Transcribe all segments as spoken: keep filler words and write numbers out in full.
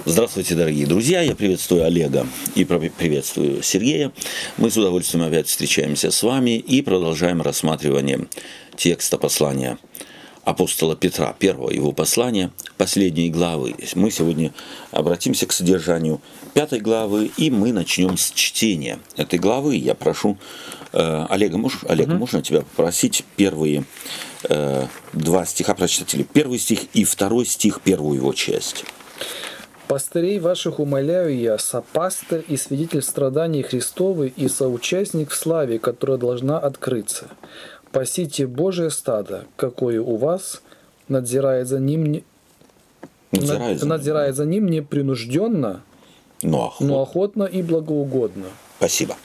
Здравствуйте, дорогие друзья, я приветствую Олега и приветствую Сергея. Мы с удовольствием опять встречаемся с вами и продолжаем рассматривание текста послания апостола Петра, первого его послания, последней главы. Мы сегодня обратимся к содержанию пятой главы, и мы начнем с чтения этой главы. Я прошу э, Олега, можешь, Олега, угу. можно тебя попросить первые э, два стиха прочитать, или первый стих и второй стих, первую его часть. «Пастырей ваших умоляю я, сопастырь и свидетель страданий Христовы и соучастник в славе, которая должна открыться. Пасите Божие стадо, какое у вас, надзирая за ним, не... надзирая, за, надзирая ним. за ним непринужденно, но охотно. но охотно и благоугодно». Спасибо.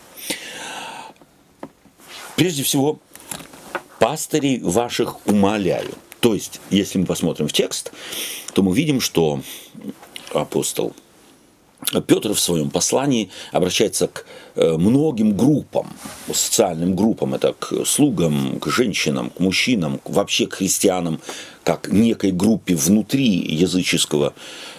Прежде всего, пастырей ваших умоляю. То есть, если мы посмотрим в текст, то мы видим, что апостол Петр в своем послании обращается к многим группам, социальным группам, это к слугам, к женщинам, к мужчинам, вообще к христианам, как некой группе внутри языческого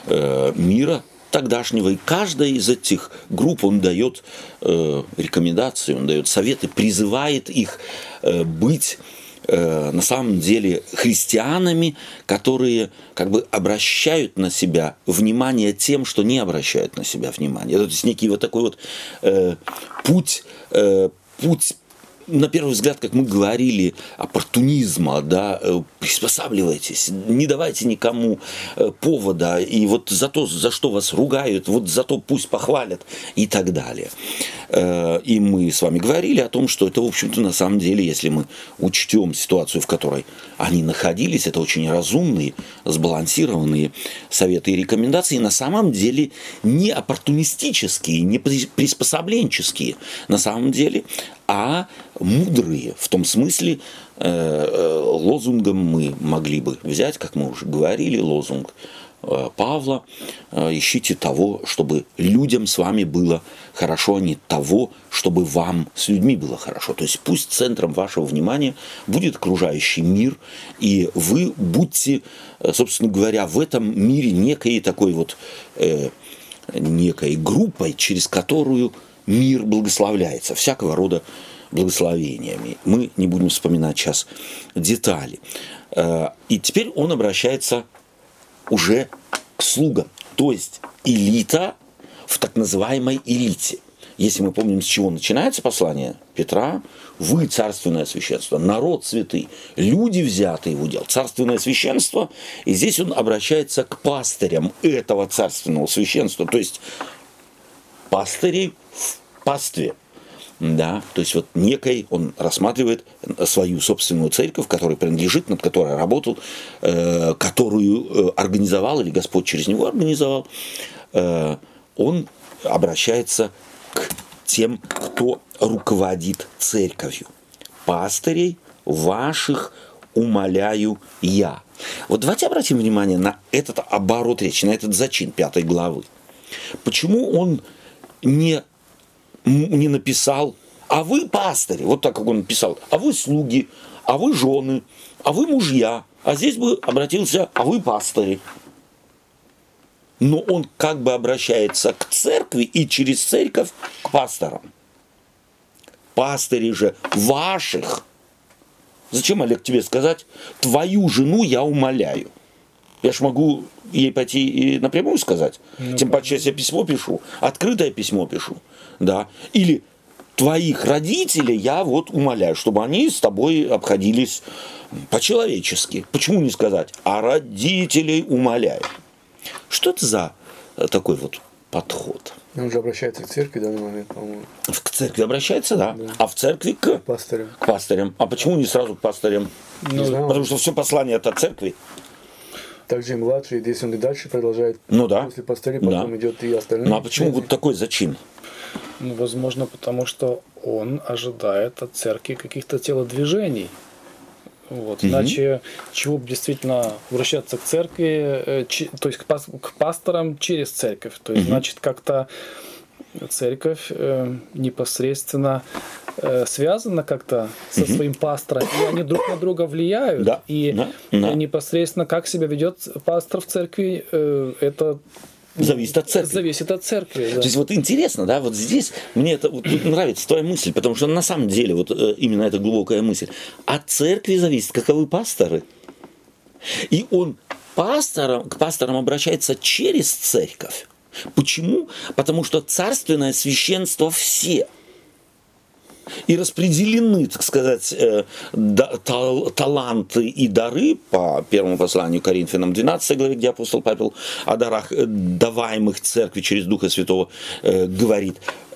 мира тогдашнего. И каждой из этих групп он дает рекомендации, он дает советы, призывает их быть на самом деле христианами, которые как бы обращают на себя внимание тем, что не обращают на себя внимание. То есть некий вот такой вот э, путь, э, путь, на первый взгляд, как мы говорили, оппортунизма, да, э, приспосабливайтесь, не давайте никому э, повода, и вот за то, за что вас ругают, вот за то пусть похвалят и так далее. Э, и мы с вами говорили о том, что это, в общем-то, на самом деле, если мы учтем ситуацию, в которой они находились, это очень разумные, сбалансированные советы и рекомендации, на самом деле не оппортунистические, не приспособленческие, на самом деле, а мудрые. В том смысле, э, лозунгом мы могли бы взять, как мы уже говорили, лозунг э, Павла: э, ищите того, чтобы людям с вами было хорошо, а не того, чтобы вам с людьми было хорошо. То есть пусть центром вашего внимания будет окружающий мир, и вы будьте, собственно говоря, в этом мире некой такой вот э, некой группой, через которую мир благословляется всякого рода благословениями. Мы не будем вспоминать сейчас детали. И теперь он обращается уже к слугам, то есть элита в так называемой элите. Если мы помним, с чего начинается послание Петра: вы царственное священство, народ святый, люди взятые в удел, царственное священство. И здесь он обращается к пастырям этого царственного священства, то есть пастырей в пастве. Да, то есть вот некой он рассматривает свою собственную церковь, которой принадлежит, над которой работал, э, которую э, организовал, или Господь через него организовал. Э, он обращается к тем, кто руководит церковью. Пастырей ваших умоляю я. Вот давайте обратим внимание на этот оборот речи, на этот зачин пятой главы. Почему он не не написал: а вы пастыри, вот так как он написал, а вы слуги, а вы жены, а вы мужья, а здесь бы обратился: а вы пастыри. Но он как бы обращается к церкви и через церковь к пасторам. Пастыри же ваших. Зачем, Олег, тебе сказать: твою жену я умоляю? Я ж могу ей пойти и напрямую сказать. Ну, Тем паче, если я письмо пишу, открытое письмо пишу. Да. Или твоих родителей я вот умоляю, чтобы они с тобой обходились по-человечески. Почему не сказать: а родителей умоляю? Что это за такой вот подход? Он же обращается к церкви в данный момент, по-моему. К церкви обращается, да. да. А в церкви к, к пастырям. К пастырям. А почему не сразу к пастырям? Не знаю. Потому что все послание это церкви. Также и младший, здесь он и дальше продолжает. Ну да. После пастырей потом да. идет и остальные. Ну а почему вот такой зачин? Ну, возможно, потому что он ожидает от церкви каких-то телодвижений. Вот. Угу. Иначе чего бы действительно обращаться к церкви, э, ч, то есть к, пас, к пасторам через церковь. То есть, угу. значит, как-то церковь э, непосредственно э, связана как-то со угу. своим пастором, и они друг на друга влияют. Да. И да. Да. непосредственно как себя ведет пастор в церкви, э, это зависит от церкви. Зависит от церкви, да. То есть вот интересно, да, вот здесь мне это вот нравится твоя мысль, потому что на самом деле вот именно эта глубокая мысль. От церкви зависит, каковы пасторы. И он пастором, к пасторам обращается через церковь. Почему? Потому что царственное священство все. И распределены, так сказать, э, да, тал, таланты и дары по первому посланию Коринфянам двенадцатой главе, где апостол Павел о дарах, э, даваемых церкви через Духа Святого, э, говорит,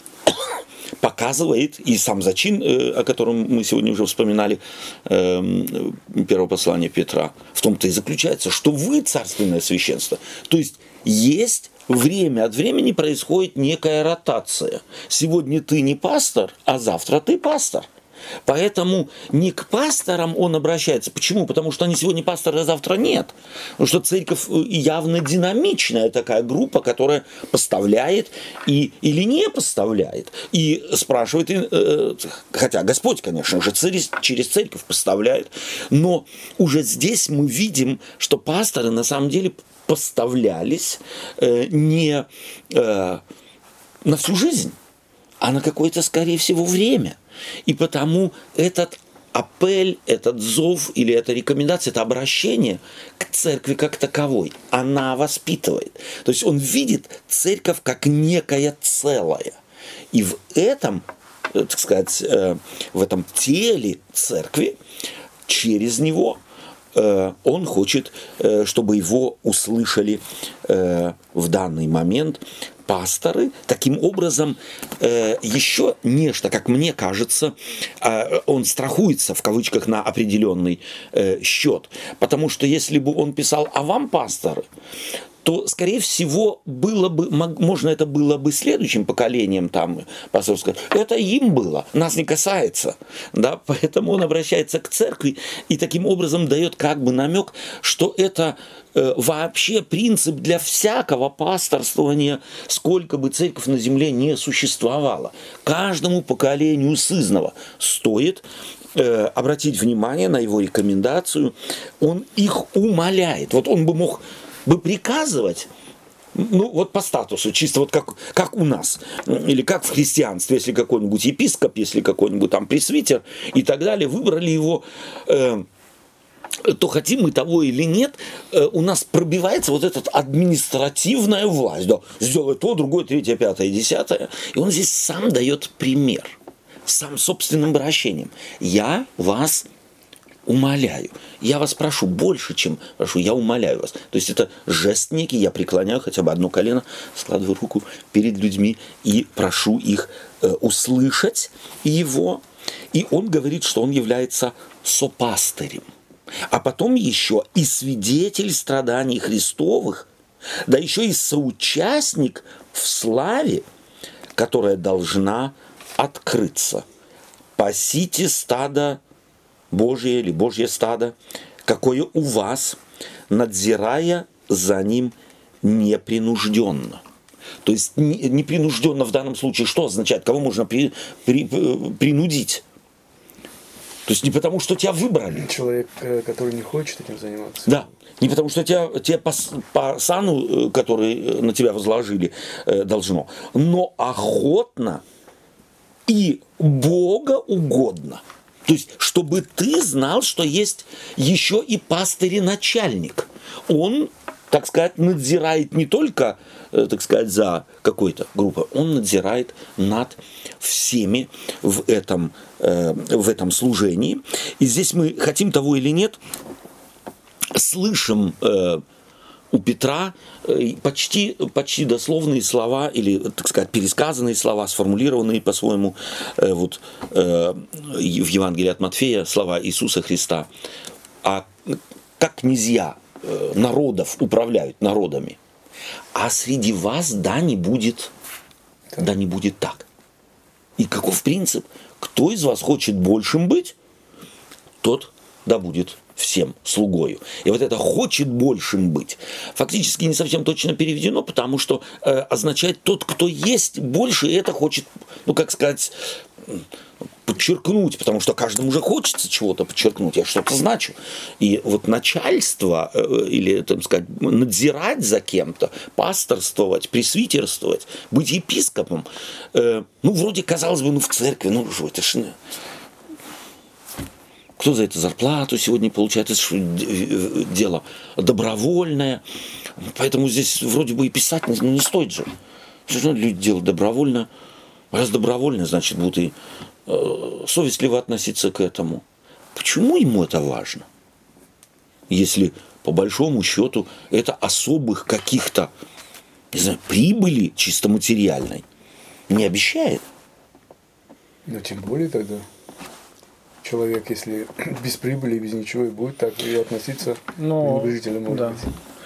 показывает, и сам зачин, э, о котором мы сегодня уже вспоминали, э, первое послание Петра, в том-то и заключается, что вы царственное священство. То есть есть время от времени происходит некая ротация. Сегодня ты не пастор, а завтра ты пастор. Поэтому не к пасторам он обращается. Почему? Потому что они сегодня пасторы, а завтра нет. Потому что церковь явно динамичная такая группа, которая поставляет и, или не поставляет. И спрашивает, э, хотя Господь, конечно же, через, через церковь поставляет. Но уже здесь мы видим, что пасторы на самом деле поставлялись э, не э, на всю жизнь, а на какое-то, скорее всего, время. И потому этот апель, этот зов или эта рекомендация, это обращение к церкви как таковой. Она воспитывает. То есть он видит церковь как некое целое. И в этом, так сказать, э, в этом теле церкви, через него он хочет, чтобы его услышали в данный момент пасторы. Таким образом, еще нечто, как мне кажется, он страхуется в кавычках на определенный счет. Потому что если бы он писал «а вам, пасторы», то, скорее всего, было бы, можно это было бы следующим поколением там, пасторов сказать, это им было, нас не касается. Да? Поэтому он обращается к церкви и таким образом дает как бы намек, что это э, вообще принцип для всякого пасторствования, сколько бы церковь на земле не существовала. Каждому поколению сызнова стоит э, обратить внимание на его рекомендацию, он их умаляет. Вот он бы мог бы приказывать, ну вот по статусу, чисто вот как, как у нас, или как в христианстве, если какой-нибудь епископ, если какой-нибудь там пресвитер и так далее, выбрали его, э, то хотим мы того или нет, э, у нас пробивается вот эта административная власть, да, сделай то, другое, третье, пятое, десятое, и он здесь сам дает пример, сам собственным обращением. Я вас умоляю. Я вас прошу больше, чем прошу, я умоляю вас. То есть это жест некий, я преклоняю хотя бы одно колено, складываю руку перед людьми и прошу их э, услышать его. И он говорит, что он является сопастырем. А потом еще и свидетель страданий Христовых, да еще и соучастник в славе, которая должна открыться. Пасите стадо Божие или Божье стадо, какое у вас, надзирая за ним непринужденно. То есть непринужденно в данном случае что означает? Кого можно при, при, принудить? То есть не потому, что тебя выбрали. Человек, который не хочет этим заниматься. Да. Не потому, что тебя, тебя по, по сану, который на тебя возложили, должно, но охотно и Бога угодно. То есть, чтобы ты знал, что есть еще и пастырь и начальник. Он, так сказать, надзирает не только, так сказать, за какой-то группой, он надзирает над всеми в этом, в этом служении. И здесь мы, хотим того или нет, слышим у Петра почти, почти дословные слова, или, так сказать, пересказанные слова, сформулированные по-своему вот, в Евангелии от Матфея, слова Иисуса Христа. А как князья народов управляют народами, а среди вас да не будет, да не будет так. И каков принцип? Кто из вас хочет большим быть, тот да будет всем слугою. И вот это «хочет большим быть» фактически не совсем точно переведено, потому что э, означает тот, кто есть больше, и это хочет, ну, как сказать, подчеркнуть, потому что каждому уже хочется чего-то подчеркнуть, я что-то значу. И вот начальство, или, так сказать, надзирать за кем-то, пасторствовать, пресвитерствовать, быть епископом, ну, вроде, казалось бы, ну, в церкви, ну, что это ж... Кто за это зарплату сегодня получает, это же дело добровольное. Поэтому здесь вроде бы и писать не, не стоит же. Что люди делают добровольно? Раз добровольно, значит, будут и э, совестливо относиться к этому. Почему ему это важно? Если, по большому счету, это особых каких-то, не знаю, прибыли чисто материальной не обещает. Ну, тем более тогда. Человек, если без прибыли, без ничего, и будет так и относиться пренебрежительно, может да. быть.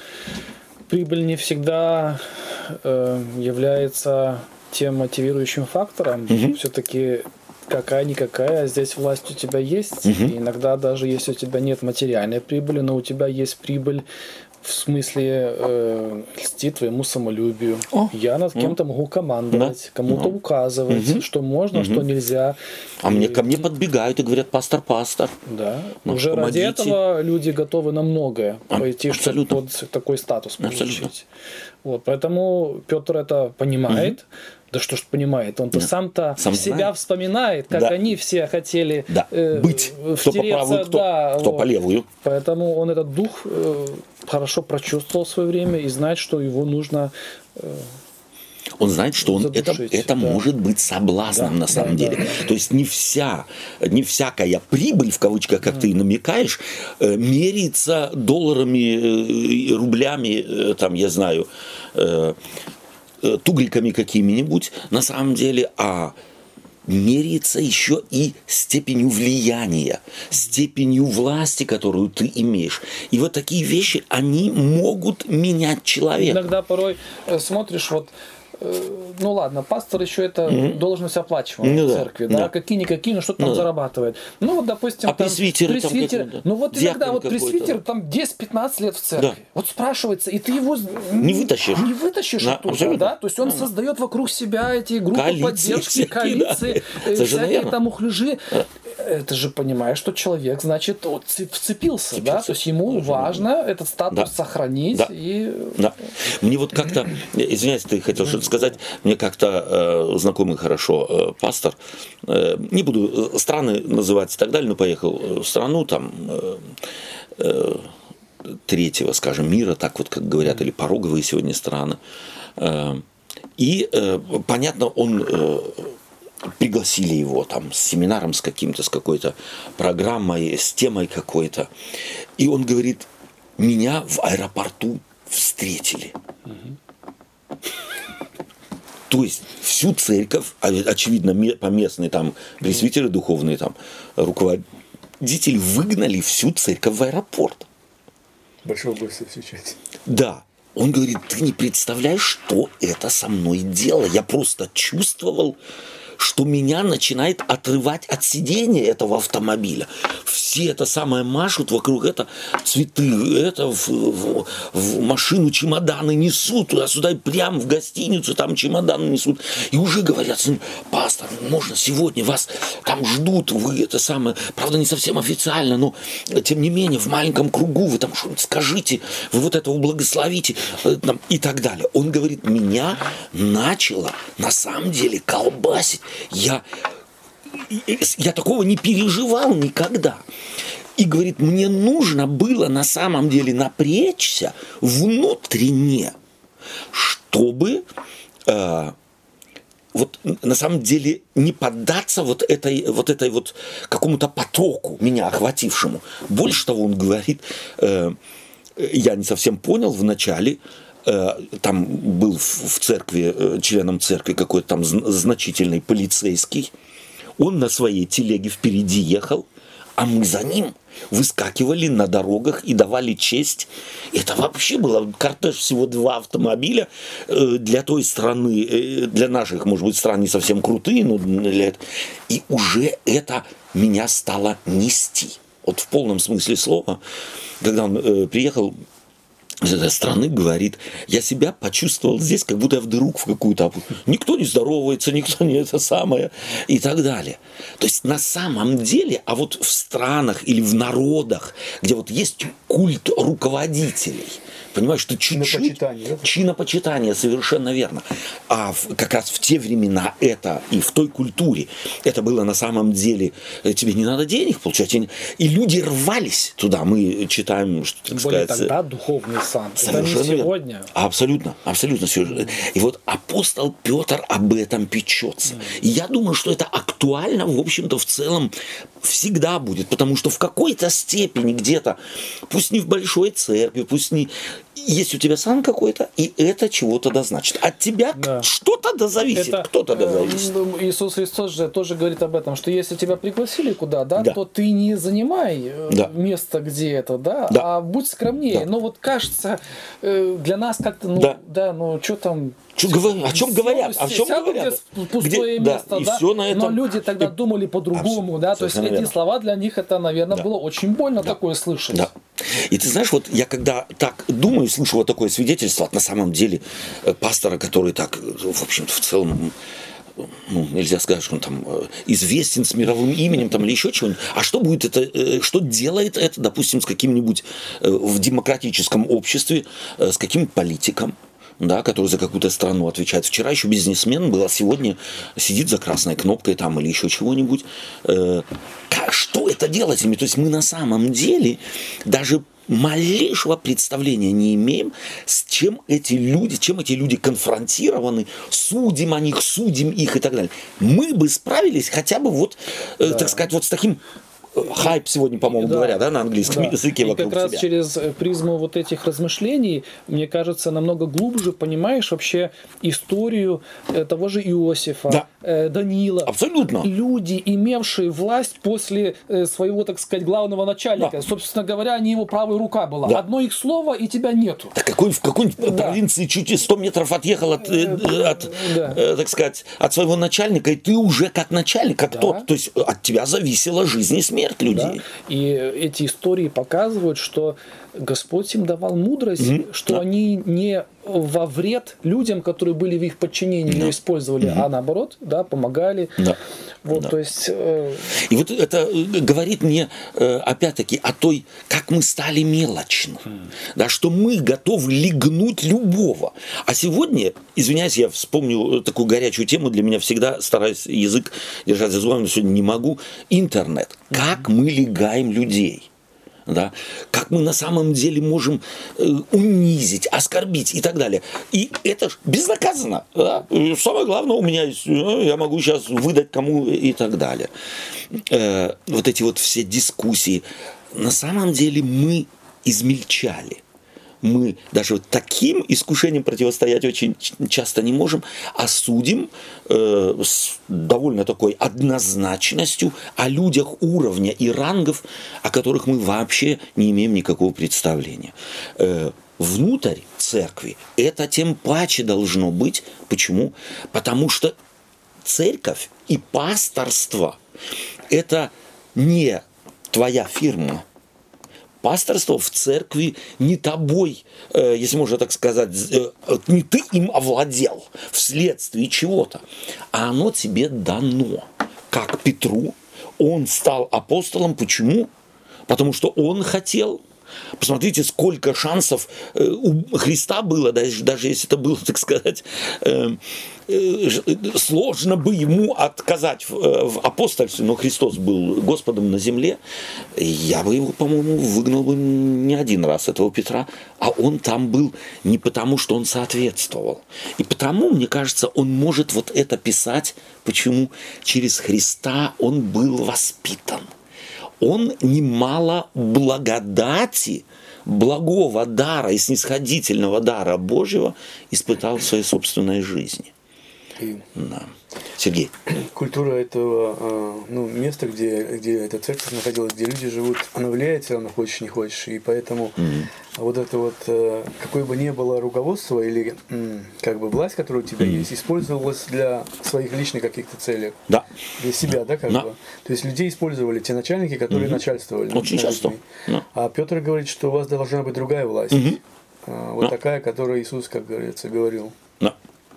Прибыль не всегда э, является тем мотивирующим фактором. Угу. Все-таки какая-никакая, здесь власть у тебя есть. Угу. И иногда даже если у тебя нет материальной прибыли, но у тебя есть прибыль в смысле э, льстит твоему самолюбию. О, я над кем-то могу командовать, да, кому-то ну, указывать, угу, что можно, угу, что нельзя. А и, мне ко мне подбегают и говорят: пастор, пастор. Да. Ну, уже помогите. Ради этого люди готовы на многое а, пойти, абсолютно. чтобы под такой статус получить. Абсолютно. Вот, поэтому Петр это понимает. Угу. Да что ж понимает, он-то да. сам-то сам себя знает. Вспоминает, как да. они все хотели да. э, быть, кто по правую, кто, да, кто вот. по левую. Поэтому он этот дух э, хорошо прочувствовал в свое время и знает, что его нужно э, Он знает, что он это, это да. может быть соблазном, да, на самом да, деле. Да, да. То есть не вся, не всякая прибыль, в кавычках, как да. ты намекаешь, э, меряется долларами, э, рублями, э, там, я знаю, э, тугриками какими-нибудь, на самом деле, а меряется еще и степенью влияния, степенью власти, которую ты имеешь. И вот такие вещи, они могут менять человека. Иногда порой смотришь, вот, ну ладно, пастор еще это mm-hmm. должность оплачиваемая ну, в церкви, да, да. какие-никакие, но что-то ну, там да. зарабатывает. Ну вот, допустим, а там пресвитер, пресвитер, там ну вот иногда вот пресвитер да. там десять-пятнадцать лет в церкви. Да. Вот спрашивается, и ты его не вытащишь, не вытащишь да, оттуда, да? То есть он да. создает вокруг себя эти группы коалиции, поддержки, всякие, коалиции, да. всякие там ухляжи. Да. Это же понимаешь, что человек, значит, вцепился, вцепился, да? То есть ему важно этот статус да. сохранить. Да. И... Да. Мне вот как-то, извиняюсь, ты хотел что-то сказать, мне как-то э, знакомый хорошо э, пастор, э, не буду страны называть и так далее, но поехал в страну там э, э, третьего, скажем, мира, так вот, как говорят, или пороговые сегодня страны. Э, и, э, понятно, он... Э, пригласили его там с семинаром, с каким-то, с какой-то программой, с темой какой-то. И он говорит: меня в аэропорту встретили. Угу. То есть всю церковь, очевидно, поместные там пресвитеры духовные, там руководители выгнали всю церковь в аэропорт. Большого гостя встречать. Да. Он говорит: ты не представляешь, что это со мной делало. Я просто чувствовал, что меня начинает отрывать от сидения этого автомобиля. Все это самое машут вокруг, это цветы, это в, в, в машину чемоданы несут, туда-сюда, прямо в гостиницу там чемоданы несут. И уже говорят: пастор, можно сегодня, вас там ждут, вы это самое, правда не совсем официально, но тем не менее в маленьком кругу вы там что-нибудь скажите, вы вот этого благословите там, и так далее. Он говорит: меня начало на самом деле колбасить. Я, я такого не переживал никогда. И говорит: мне нужно было на самом деле напрячься внутренне, чтобы э, вот на самом деле не поддаться вот этой вот, этой вот какому-то потоку меня охватившему. Больше того, он говорит, э, я не совсем понял вначале. Там был в церкви, членом церкви какой-то там значительный полицейский. Он на своей телеге впереди ехал, а мы за ним выскакивали на дорогах и давали честь. Это вообще было кортеж, всего два автомобиля для той страны, для наших, может быть, стран не совсем крутые, но для этого. И уже это меня стало нести. Вот в полном смысле слова, когда он приехал, из этой страны говорит, я себя почувствовал здесь, как будто я в дыру в какую-то. Никто не здоровается, никто не это самое и так далее. То есть на самом деле, а вот в странах или в народах, где вот есть культ руководителей, понимаешь, что чуть-чуть... Чинопочитание. Чинопочитание, совершенно верно. А в, как раз в те времена это и в той культуре это было на самом деле, тебе не надо денег получать. И люди рвались туда. Мы читаем, что, так Тем более сказать... тогда духовный сан. Совершенно Это не верно. сегодня. Абсолютно, абсолютно. И вот апостол Петр об этом печется. И я думаю, что это актуально, в общем-то, в целом всегда будет. Потому что в какой-то степени где-то, пусть не в большой церкви, пусть не... Есть у тебя сан какой-то, и это чего-то да значит. От тебя да. что-то да зависит, это, кто-то да зависит. Иисус Христос же тоже говорит об этом, что если тебя пригласили куда, да, да. то ты не занимай да. место, где это, да, да. а будь скромнее. Да. Но вот кажется, для нас как-то, ну, да, да ну, что там... Что говорят? О чем говорят? О чем говорят? Пустое где, место, да, да? Все на этом... но люди тогда и... думали по-другому, да, то есть эти верно. Слова для них это, наверное, да. было очень больно да. такое слышать. Да. И ты знаешь, вот я когда так думаю, слышу вот такое свидетельство от на самом деле пастора, который так, в общем-то, в целом, ну, нельзя сказать, что он там известен с мировым именем там, или еще чего-нибудь. А что будет это, что делает это, допустим, с каким-нибудь в демократическом обществе, с каким-то политиком? Да, который за какую-то страну отвечает. Вчера еще бизнесмен был, а сегодня сидит за красной кнопкой там или еще чего-нибудь. Э, что это делать? То есть мы на самом деле даже малейшего представления не имеем, с чем эти люди, чем эти люди конфронтированы, судим о них, судим их и так далее. Мы бы справились хотя бы вот, э, да. так сказать, вот с таким... Хайп сегодня, по-моему, да, говорят, да, на английском да. языке и вокруг как раз себя. через призму вот этих размышлений, мне кажется, намного глубже понимаешь вообще историю того же Иосифа, да. Даниила. Абсолютно. Люди, имевшие власть после своего, так сказать, главного начальника. Да. Собственно говоря, они его правая рука была. Да. Одно их слово, и тебя нету. Да какой, в какой-нибудь да. провинции чуть ли сто метров отъехал от, от да. так сказать, от своего начальника, и ты уже как начальник, как да. тот. То есть от тебя зависела жизнь и смерть людей. Да. И эти истории показывают, что Господь им давал мудрость, mm-hmm. что да. они не во вред людям, которые были в их подчинении, да. ее использовали, mm-hmm. а наоборот, да, помогали. Да. Вот, да. то есть, э... И вот это говорит мне, опять-таки, о той, как мы стали мелочны, mm. да, что мы готовы легнуть любого. А сегодня, извиняюсь, я вспомню такую горячую тему, для меня всегда стараюсь язык держать за зубами, но сегодня не могу. Интернет. Mm-hmm. Как мы легаем людей. Да? Как мы на самом деле можем э, унизить, оскорбить и так далее. И это ж безнаказанно. Да? Самое главное у меня есть, я могу сейчас выдать кому и так далее. Э, вот эти вот все дискуссии. На самом деле мы измельчали. Мы даже вот таким искушениям противостоять очень часто не можем, а судим э, с довольно такой однозначностью о людях уровня и рангов, о которых мы вообще не имеем никакого представления. Э, внутрь церкви это тем паче должно быть. Почему? Потому что церковь и пасторство – это не твоя фирма. Пасторство в церкви не тобой, э, если можно так сказать, э, не ты им овладел вследствие чего-то, а оно тебе дано. Как Петру, он стал апостолом. Почему? Потому что он хотел. Посмотрите, сколько шансов у Христа было, даже, даже если это было, так сказать, э, э, сложно бы ему отказать в, в апостольстве, но Христос был Господом на земле. Я бы его, по-моему, выгнал бы не один раз, этого Петра, а он там был не потому, что он соответствовал. И потому, мне кажется, он может вот это писать. Почему? Через Христа он был воспитан. Он немало благодати, благого дара и снисходительного дара Божьего испытал в своей собственной жизни. И да. Сергей. Культура этого ну, места, где, где эта церковь находилась, где люди живут, она влияет все равно, хочешь не хочешь. И поэтому mm-hmm. вот это вот, какое бы ни было руководство или как бы власть, которая у тебя mm-hmm. есть, использовалась для своих личных каких-то целей. Да. Для себя, да, как да. бы. То есть людей использовали те начальники, которые mm-hmm. начальствовали. Очень часто. Да. А Петр говорит, что у вас должна быть другая власть. Mm-hmm. вот Да. такая, которую Иисус, как говорится, говорил. Да.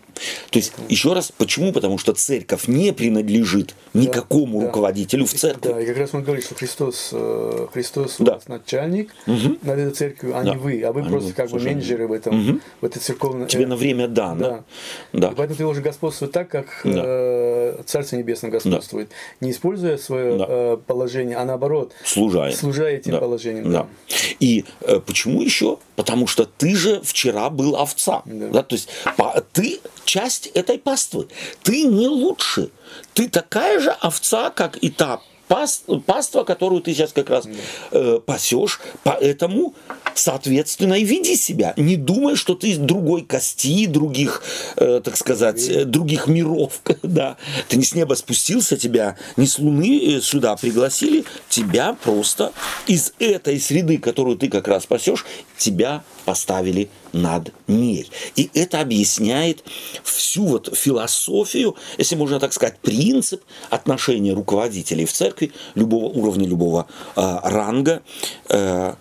То есть, еще раз, почему? Потому что церковь не принадлежит никакому да. руководителю в церкви. Да, и как раз он говорит, что Христос, э, Христос Да. у вас начальник Угу. над этой церковью, а Да. не вы, а вы А не просто вы, как бы совершенно менеджеры в этом, Мгм. в этой церковной... Тебе э, на время дано. Да. Да. И поэтому ты должен господствовать так, как Да. э, Царство Небесное господствует. Не используя свое Да. э, положение, а наоборот, Служая. служа этим Да. положением. Да. И э, почему еще? Потому что ты же вчера был овца. Да. Да? То есть па- ты часть этой паствы. Ты не лучше. Ты такая же овца, как и та пас- паства, которую ты сейчас как раз э, пасешь. Поэтому, соответственно, и веди себя. Не думай, что ты из другой кости, других, э, так сказать, э, других миров. Да. Ты не с неба спустился, тебя не с луны э, сюда пригласили. Тебя просто из этой среды, которую ты как раз пасешь, тебя поставили над ней. И это объясняет всю вот философию, если можно так сказать, принцип отношения руководителей в церкви любого уровня, любого э, ранга э,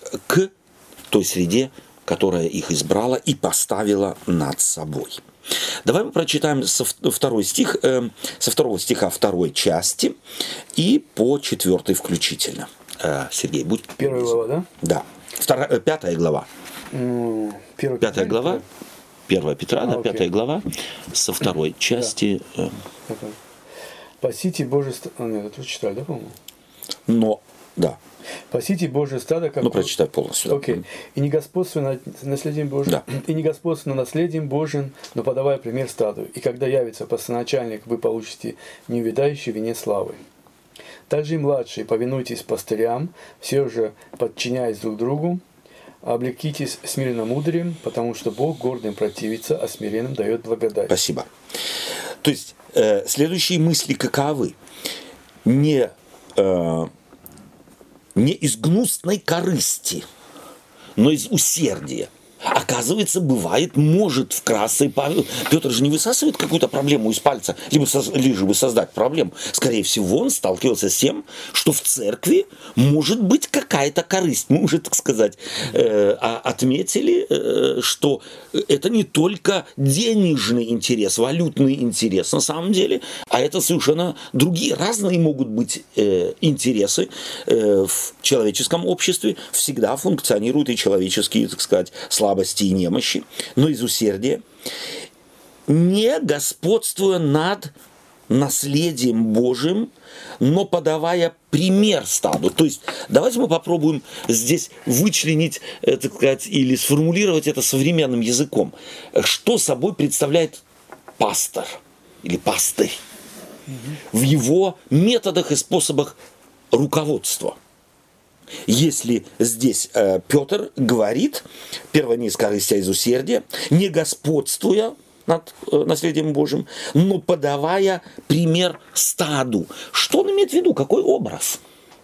к той среде, которая их избрала и поставила над собой. Давай мы прочитаем со второй стих, э, со второго стиха второй части и по четвертый включительно. Э, Сергей, будь Первая глава, да? Да. Вторая, э, пятая глава. Ну, первая Пятая Петра, глава. Первая Петра, А, да, окей. пятая глава, со второй части. э, Такой. Пасите Божие стадо... А, нет, это вы читали, да, по-моему? Но, да. Пасите Божие стадо, как... Ну, прочитай полностью. да. Окей. И не господствуй над наследием Божьим, Да. и не господствуй над наследием Божьим, но подавая пример стаду. И когда явится пастырначальник, вы получите неувядающий венец славы. Также и младшие, повинуйтесь пастырям, все же подчиняясь друг другу, облекитесь смиренно-мудрым, потому что Бог гордым противится, а смиренным дает благодать. Спасибо. То есть, э, следующие мысли каковы? Не, э, не из гнусной корысти, но из усердия. Оказывается, бывает, может вкратце. Павел, Петр же не высасывает какую-то проблему из пальца, либо, соз, лишь бы создать проблему. Скорее всего, он сталкивался с тем, что в церкви может быть какая-то корысть. Мы уже, так сказать, э, отметили, э, что это не только денежный интерес, валютный интерес на самом деле, а это совершенно другие, разные могут быть э, интересы э, в человеческом обществе. Всегда функционируют и человеческие, так сказать, слабости и немощи, но из усердия, не господствуя над наследием Божьим, но подавая пример стаду. То есть давайте мы попробуем здесь вычленить, так сказать, или сформулировать это современным языком. Что собой представляет пастор или пастырь в его методах и способах руководства? Если здесь э, Петр говорит, первое, не из корысти, а из усердия, не господствуя над э, наследием Божьим, но подавая пример стаду. Что он имеет в виду? Какой образ?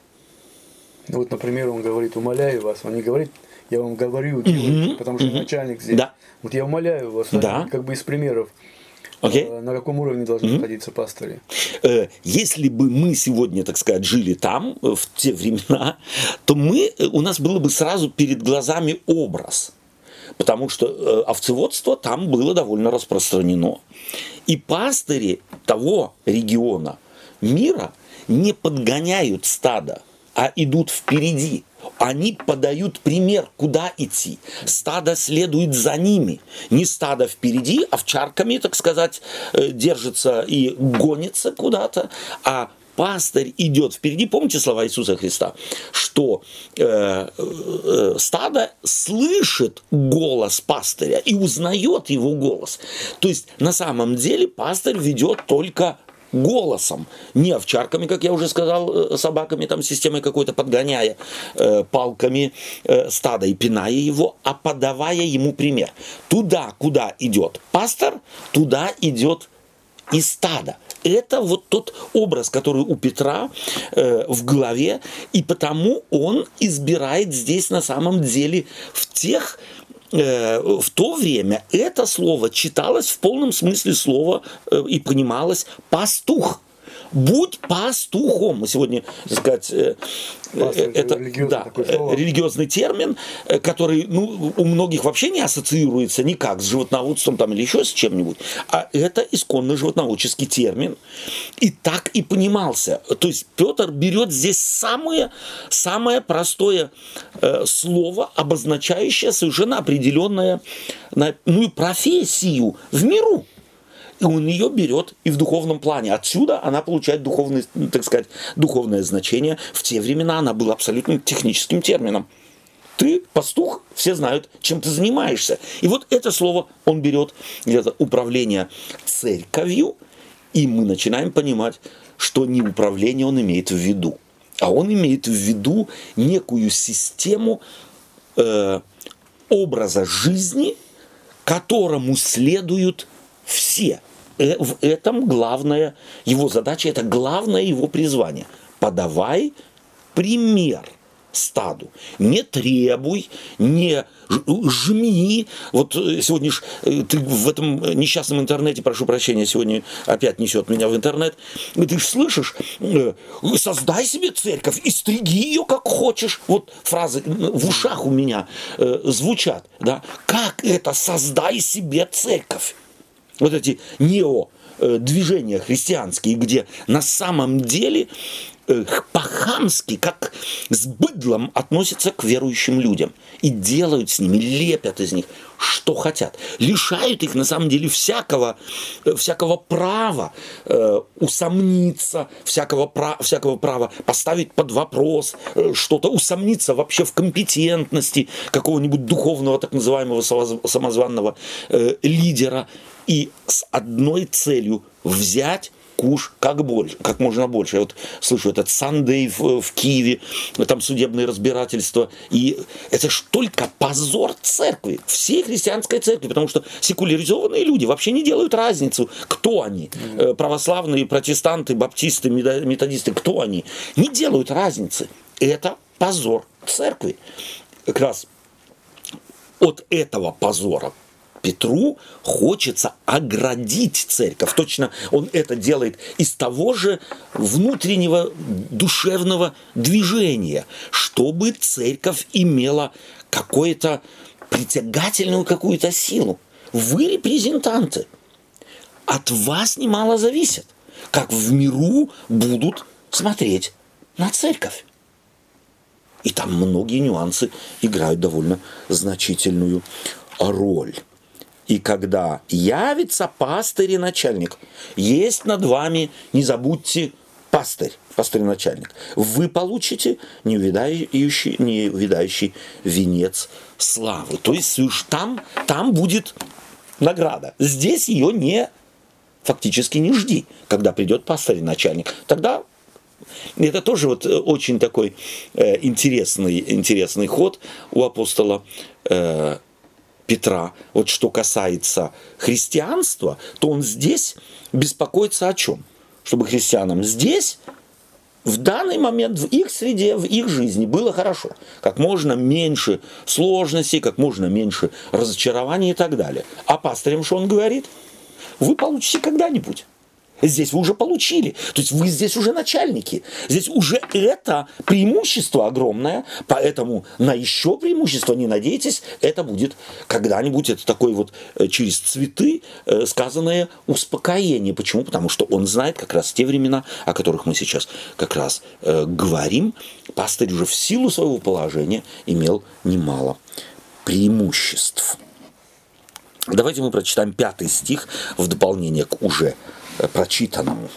Ну, вот, например, он говорит, умоляю вас, он не говорит, я вам говорю, делайте, Мгм, потому что мгм. начальник здесь. Да. Вот я умоляю вас, Да. как бы из примеров, Окей? э, на каком уровне должны находиться пастыри. Э, Если бы мы сегодня, так сказать, жили там, э, в те времена, то мы, э, у нас было бы сразу перед глазами образ. Потому что э, овцеводство там было довольно распространено. И пастыри того региона мира не подгоняют стадо, а идут впереди. Они подают пример, куда идти. Стадо следует за ними. Не стадо впереди, овчарками, так сказать, э, держится и гонится куда-то, а пастырь идет впереди. Помните слова Иисуса Христа, что э, э, стадо слышит голос пастыря и узнает его голос. То есть на самом деле пастырь ведет только голосом, не овчарками, как я уже сказал, собаками, там, системой какой-то подгоняя, э, палками э, стада и пиная его, а подавая ему пример. Туда, куда идет пастор, туда идет и стадо. Это вот тот образ, который у Петра э, в голове, и потому он избирает здесь на самом деле в тех в то время это слово читалось в полном смысле слова и понималось пастух. будь пастухом. Мы сегодня, так сказать, э, Пастырь, это религиозный да, такое слово. религиозный термин, э, который ну, у многих вообще не ассоциируется никак с животноводством там, или еще с чем-нибудь. А это исконно животноводческий термин. И так и понимался. То есть Петр берет здесь самое, самое простое э, слово, обозначающее совершенно определенное ну, профессию в миру. И он ее берет и в духовном плане. Отсюда она получает духовное, так сказать, духовное значение. В те времена она была абсолютно техническим термином. Ты пастух, все знают, чем ты занимаешься. И вот это слово он берет для управления церковью, и мы начинаем понимать, что не управление он имеет в виду, а он имеет в виду некую систему э, образа жизни, которому следуют все. В этом главная его задача, это главное его призвание. Подавай пример стаду. Не требуй, не жми. Вот сегодня ж ты в этом несчастном интернете, прошу прощения, сегодня опять несет меня в интернет, ты же слышишь, создай себе церковь и стриги ее как хочешь. Вот фразы в ушах у меня звучат. Да? Как это создай себе церковь? Вот эти нео-движения христианские, где на самом деле по-хамски, как с быдлом относятся к верующим людям. И делают с ними, лепят из них, что хотят. Лишают их, на самом деле, всякого, всякого права э, усомниться, всякого, прав, всякого права поставить под вопрос э, что-то, усомниться вообще в компетентности какого-нибудь духовного, так называемого самозванного э, лидера. И с одной целью взять куш как, больше, как можно больше. Я вот слышу этот Сандей в, в Киеве, там судебные разбирательства. И это ж только позор церкви, всей христианской церкви, потому что секуляризованные люди вообще не делают разницу, кто они. Православные, протестанты, баптисты, методисты, кто они. Не делают разницы. Это позор церкви. Как раз от этого позора Петру хочется оградить церковь. Точно он это делает из того же внутреннего душевного движения, чтобы церковь имела какую-то притягательную какую-то силу. Вы репрезентанты. От вас немало зависит, как в миру будут смотреть на церковь. И там многие нюансы играют довольно значительную роль. И когда явится пастырь и начальник, есть над вами, не забудьте, пастырь, пастырь и начальник, вы получите неувядающий, неувядающий венец славы. То есть там, там будет награда. Здесь ее не, фактически не жди, когда придет пастырь и начальник. Тогда это тоже вот очень такой э, интересный, интересный ход у апостола э, Петра. Вот что касается христианства, то он здесь беспокоится о чем? Чтобы христианам здесь, в данный момент, в их среде, в их жизни было хорошо. Как можно меньше сложностей, как можно меньше разочарований и так далее. А пастырям что он говорит? Вы получите когда-нибудь. Здесь вы уже получили. То есть вы здесь уже начальники. Здесь уже это преимущество огромное. Поэтому на еще преимущество не надейтесь. Это будет когда-нибудь, это такое вот через цветы сказанное успокоение. Почему? Потому что он знает как раз те времена, о которых мы сейчас как раз говорим. Пастырь уже в силу своего положения имел немало преимуществ. Давайте мы прочитаем пятый стих в дополнение к уже прочитанному.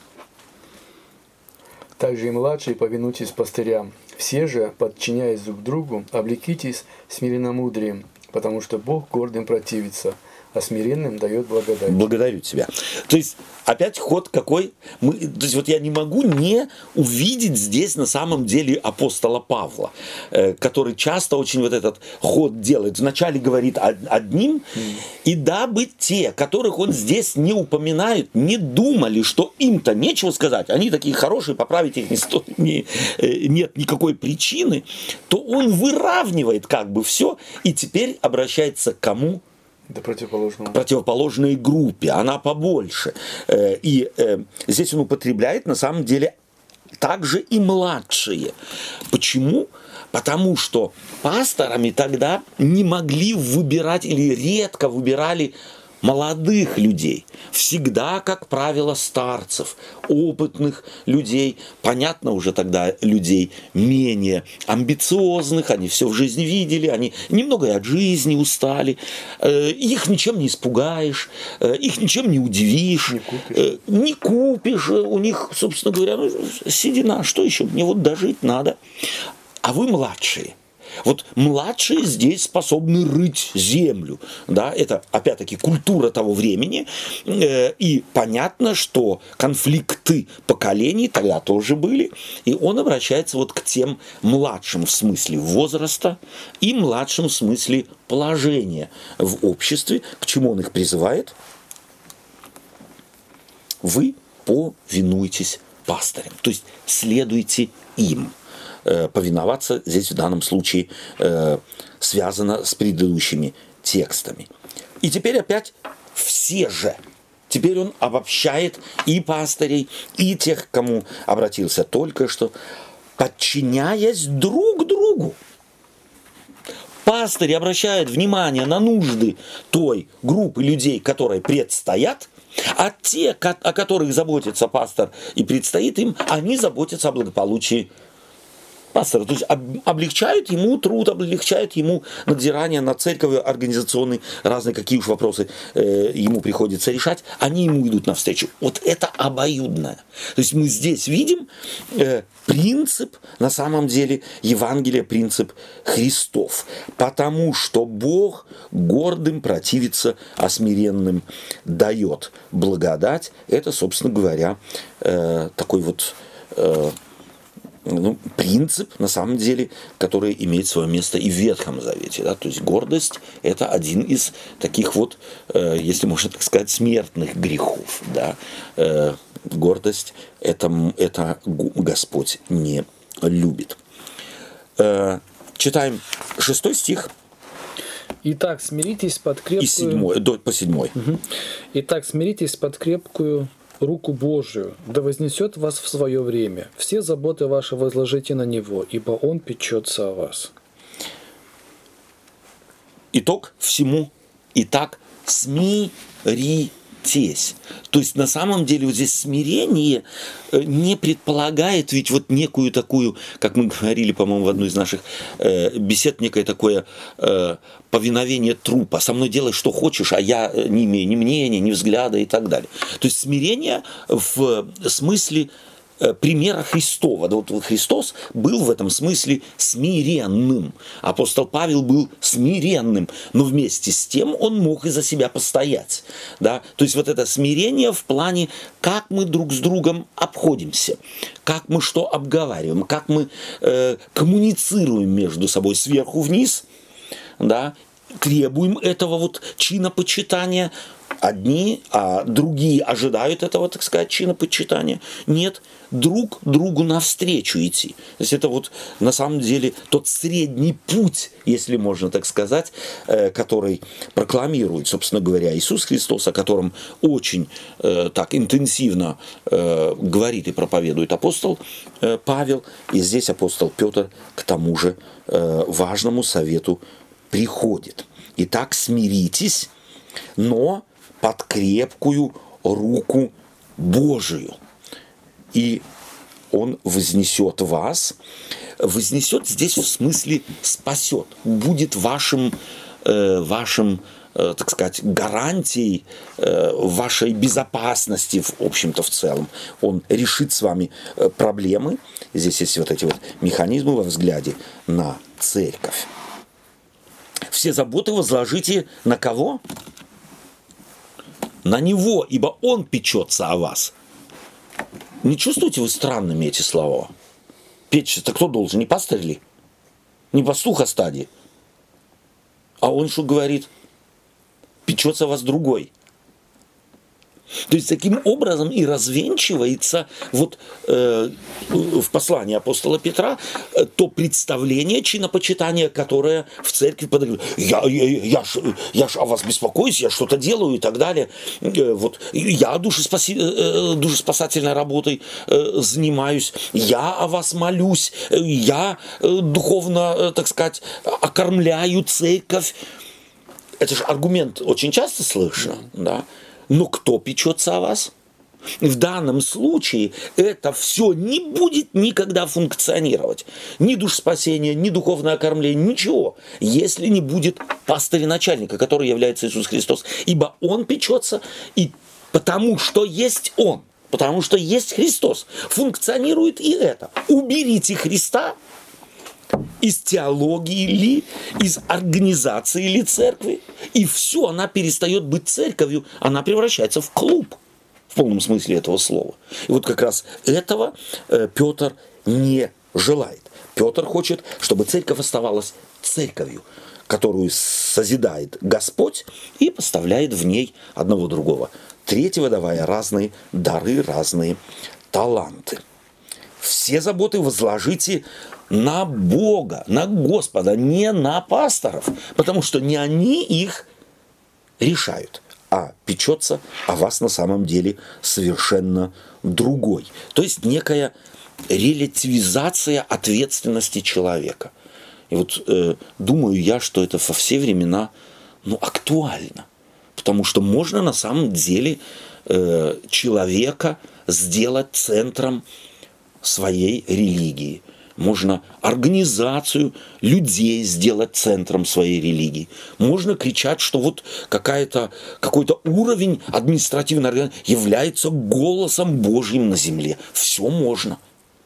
Также и младшие повинуйтесь пастырям. Все же, подчиняясь друг другу, облекитесь смиренномудрием, потому что Бог гордым противится, а смиренным дает благодать. Благодарю тебя. То есть, опять ход какой? Мы, то есть, вот я не могу не увидеть здесь на самом деле апостола Павла, э, который часто очень вот этот ход делает. Вначале говорит одним, mm. и дабы те, которых он здесь не упоминает, не думали, что им-то нечего сказать, они такие хорошие, поправить их не сто... не, э, нет никакой причины, то он выравнивает как бы все, и теперь обращается к кому? Да, противоположному. противоположной группе, она побольше. И здесь он употребляет, на самом деле, также и младшие. Почему? Потому что пасторами тогда не могли выбирать или редко выбирали молодых людей. Всегда, как правило, старцев, опытных людей, понятно уже тогда людей менее амбициозных, они все в жизни видели, они немного и от жизни устали, их ничем не испугаешь, их ничем не удивишь, не купишь, не купишь. У них, собственно говоря, ну, седина, что еще, мне вот дожить надо. А вы младшие. Вот младшие здесь способны рыть землю. Да? Это, опять-таки, культура того времени. И понятно, что конфликты поколений тогда тоже были. И он обращается вот к тем младшим в смысле возраста и младшим в смысле положения в обществе. К чему он их призывает? Вы повинуйтесь пастырям. То есть следуйте им. Повиноваться здесь в данном случае э, связано с предыдущими текстами. И теперь опять все же. Теперь он обобщает и пастырей, и тех, к кому обратился только что, подчиняясь друг другу. Пастырь обращает внимание на нужды той группы людей, которые предстоят, а те, о которых заботится пастор и предстоит им, они заботятся о благополучии пастора, то есть облегчают ему труд, облегчают ему надзирание над церковью, организационные разные какие уж вопросы э, ему приходится решать, они ему идут навстречу. Вот это обоюдное. То есть мы здесь видим э, принцип, на самом деле, Евангелия, принцип Христов. Потому что Бог гордым противится, а смиренным дает благодать. Это, собственно говоря, э, такой вот... Э, Ну, принцип, на самом деле, который имеет свое место и в Ветхом Завете. Да? То есть гордость – это один из таких вот, э, если можно так сказать, смертных грехов. Да? Э, гордость – это, это Господь не любит. Э, читаем шестой стих. Итак, смиритесь под крепкую... И седьмой, до, по седьмой. Угу. Итак, смиритесь под крепкую... руку Божию, да вознесет вас в свое время. Все заботы ваши возложите на Него, ибо Он печется о вас. Итог всему. Итак, смиритесь. То есть, на самом деле, вот здесь смирение не предполагает ведь вот некую такую, как мы говорили, по-моему, в одной из наших э, бесед, некое такое э, повиновение трупа. Со мной делай, что хочешь, а я не имею ни мнения, ни взгляда и так далее. То есть, смирение в смысле примера Христова. Да, вот Христос был в этом смысле смиренным. Апостол Павел был смиренным, но вместе с тем он мог и за себя постоять. Да? То есть вот это смирение в плане, как мы друг с другом обходимся, как мы что обговариваем, как мы э, коммуницируем между собой сверху вниз, да? Требуем этого вот чинопочитания. Одни, а другие ожидают этого, так сказать, чинопочитания. Нет, друг другу навстречу идти. То есть это вот на самом деле тот средний путь, если можно так сказать, который прокламирует, собственно говоря, Иисус Христос, о котором очень так интенсивно говорит и проповедует апостол Павел. И здесь апостол Петр к тому же важному совету приходит. Итак, смиритесь, но под крепкую руку Божию. И Он вознесет вас. Вознесет здесь в смысле спасет. Будет вашим, э, вашим э, так сказать, гарантией э, вашей безопасности, в общем-то, в целом. Он решит с вами проблемы. Здесь есть вот эти вот механизмы во взгляде на церковь. Все заботы возложите на кого? На Него, ибо Он печется о вас. Не чувствуете вы странными эти слова? Печется кто должен? Не пастырь ли? Не пастух о стаде? А он что говорит? Печется о вас другой. То есть таким образом и развенчивается вот э, в послании апостола Петра э, то представление чинопочитания, которое в церкви подают. Я, я, я, ж, я ж о вас беспокоюсь, я что-то делаю и так далее. Э, вот, я душеспаси, э, душеспасательной работой э, занимаюсь, я о вас молюсь, э, я э, духовно, э, так сказать, окормляю церковь. Это же аргумент очень часто слышно, да? Но кто печется о вас? В данном случае это все не будет никогда функционировать. Ни душеспасение, ни духовное окормление, ничего, если не будет пастыря-начальника, который является Иисус Христос. Ибо Он печется, и потому что есть Он, потому что есть Христос, функционирует и это. Уберите Христа из теологии ли, из организации ли церкви, и все, она перестает быть церковью, она превращается в клуб, в полном смысле этого слова. И вот как раз этого э, Петр не желает. Петр хочет, чтобы церковь оставалась церковью, которую созидает Господь и поставляет в ней одного другого, третьего давая разные дары, разные таланты. Все заботы возложите на Бога, на Господа, не на пасторов, потому что не они их решают, а печется о вас на самом деле совершенно другой. То есть некая релятивизация ответственности человека. И вот э, думаю я, что это во все времена ну, актуально, потому что можно на самом деле э, человека сделать центром своей религии. Можно организацию людей сделать центром своей религии. Можно кричать, что вот какая-то, какой-то уровень административной организации является голосом Божьим на земле. Все можно.